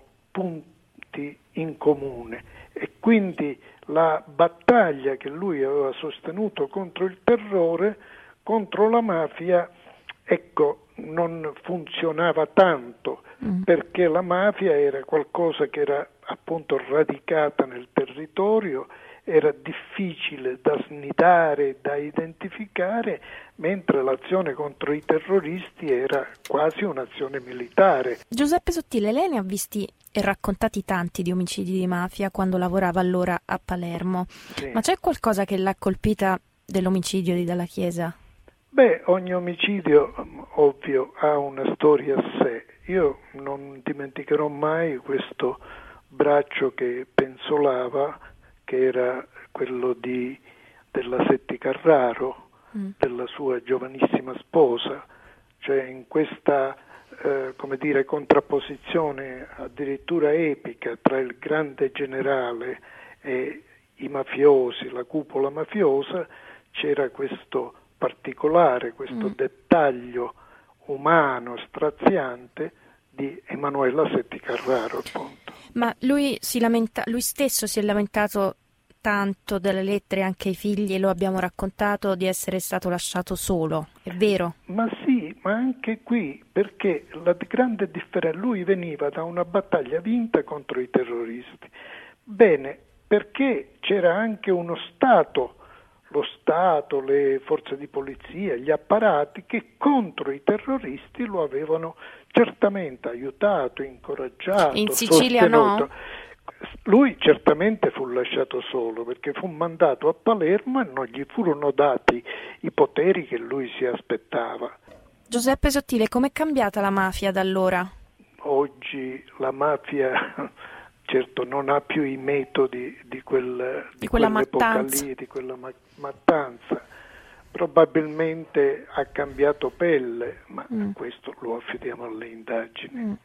punti in comune, e quindi la battaglia che lui aveva sostenuto contro il terrore, contro la mafia, ecco, non funzionava tanto, mm. perché la mafia era qualcosa che era appunto radicata nel territorio, era difficile da snidare, da identificare, mentre l'azione contro i terroristi era quasi un'azione militare. Giuseppe Sottile, lei ne ha visti e raccontati tanti di omicidi di mafia quando lavorava allora a Palermo, sì. Ma c'è qualcosa che l'ha colpita dell'omicidio di Dalla Chiesa? Beh, ogni omicidio, ovvio, ha una storia a sé. Io non dimenticherò mai questo braccio che penzolava, che era quello di, della Setti Carraro, mm. della sua giovanissima sposa, cioè in questa eh, come dire, contrapposizione addirittura epica tra il grande generale e i mafiosi, la cupola mafiosa, c'era questo particolare, questo mm. dettaglio umano, straziante di Emanuela Setti Carraro, appunto. Ma lui si lamenta, lui stesso si è lamentato tanto delle lettere anche ai figli, e lo abbiamo raccontato, di essere stato lasciato solo, è vero? Ma sì, ma anche qui, perché la grande differenza, lui veniva da una battaglia vinta contro i terroristi. Bene, perché c'era anche uno Stato, lo Stato, le forze di polizia, gli apparati che contro i terroristi lo avevano certamente aiutato, incoraggiato, in Sicilia sostenuto. No? Lui certamente fu lasciato solo perché fu mandato a Palermo e non gli furono dati i poteri che lui si aspettava. Giuseppe Sottile, com'è cambiata la mafia da allora? Oggi la mafia certo non ha più i metodi di, quel, di, di quella quell'epoca mattanza. lì, di quella ma- mattanza. Probabilmente ha cambiato pelle, ma mm. questo lo affidiamo alle indagini. Mm.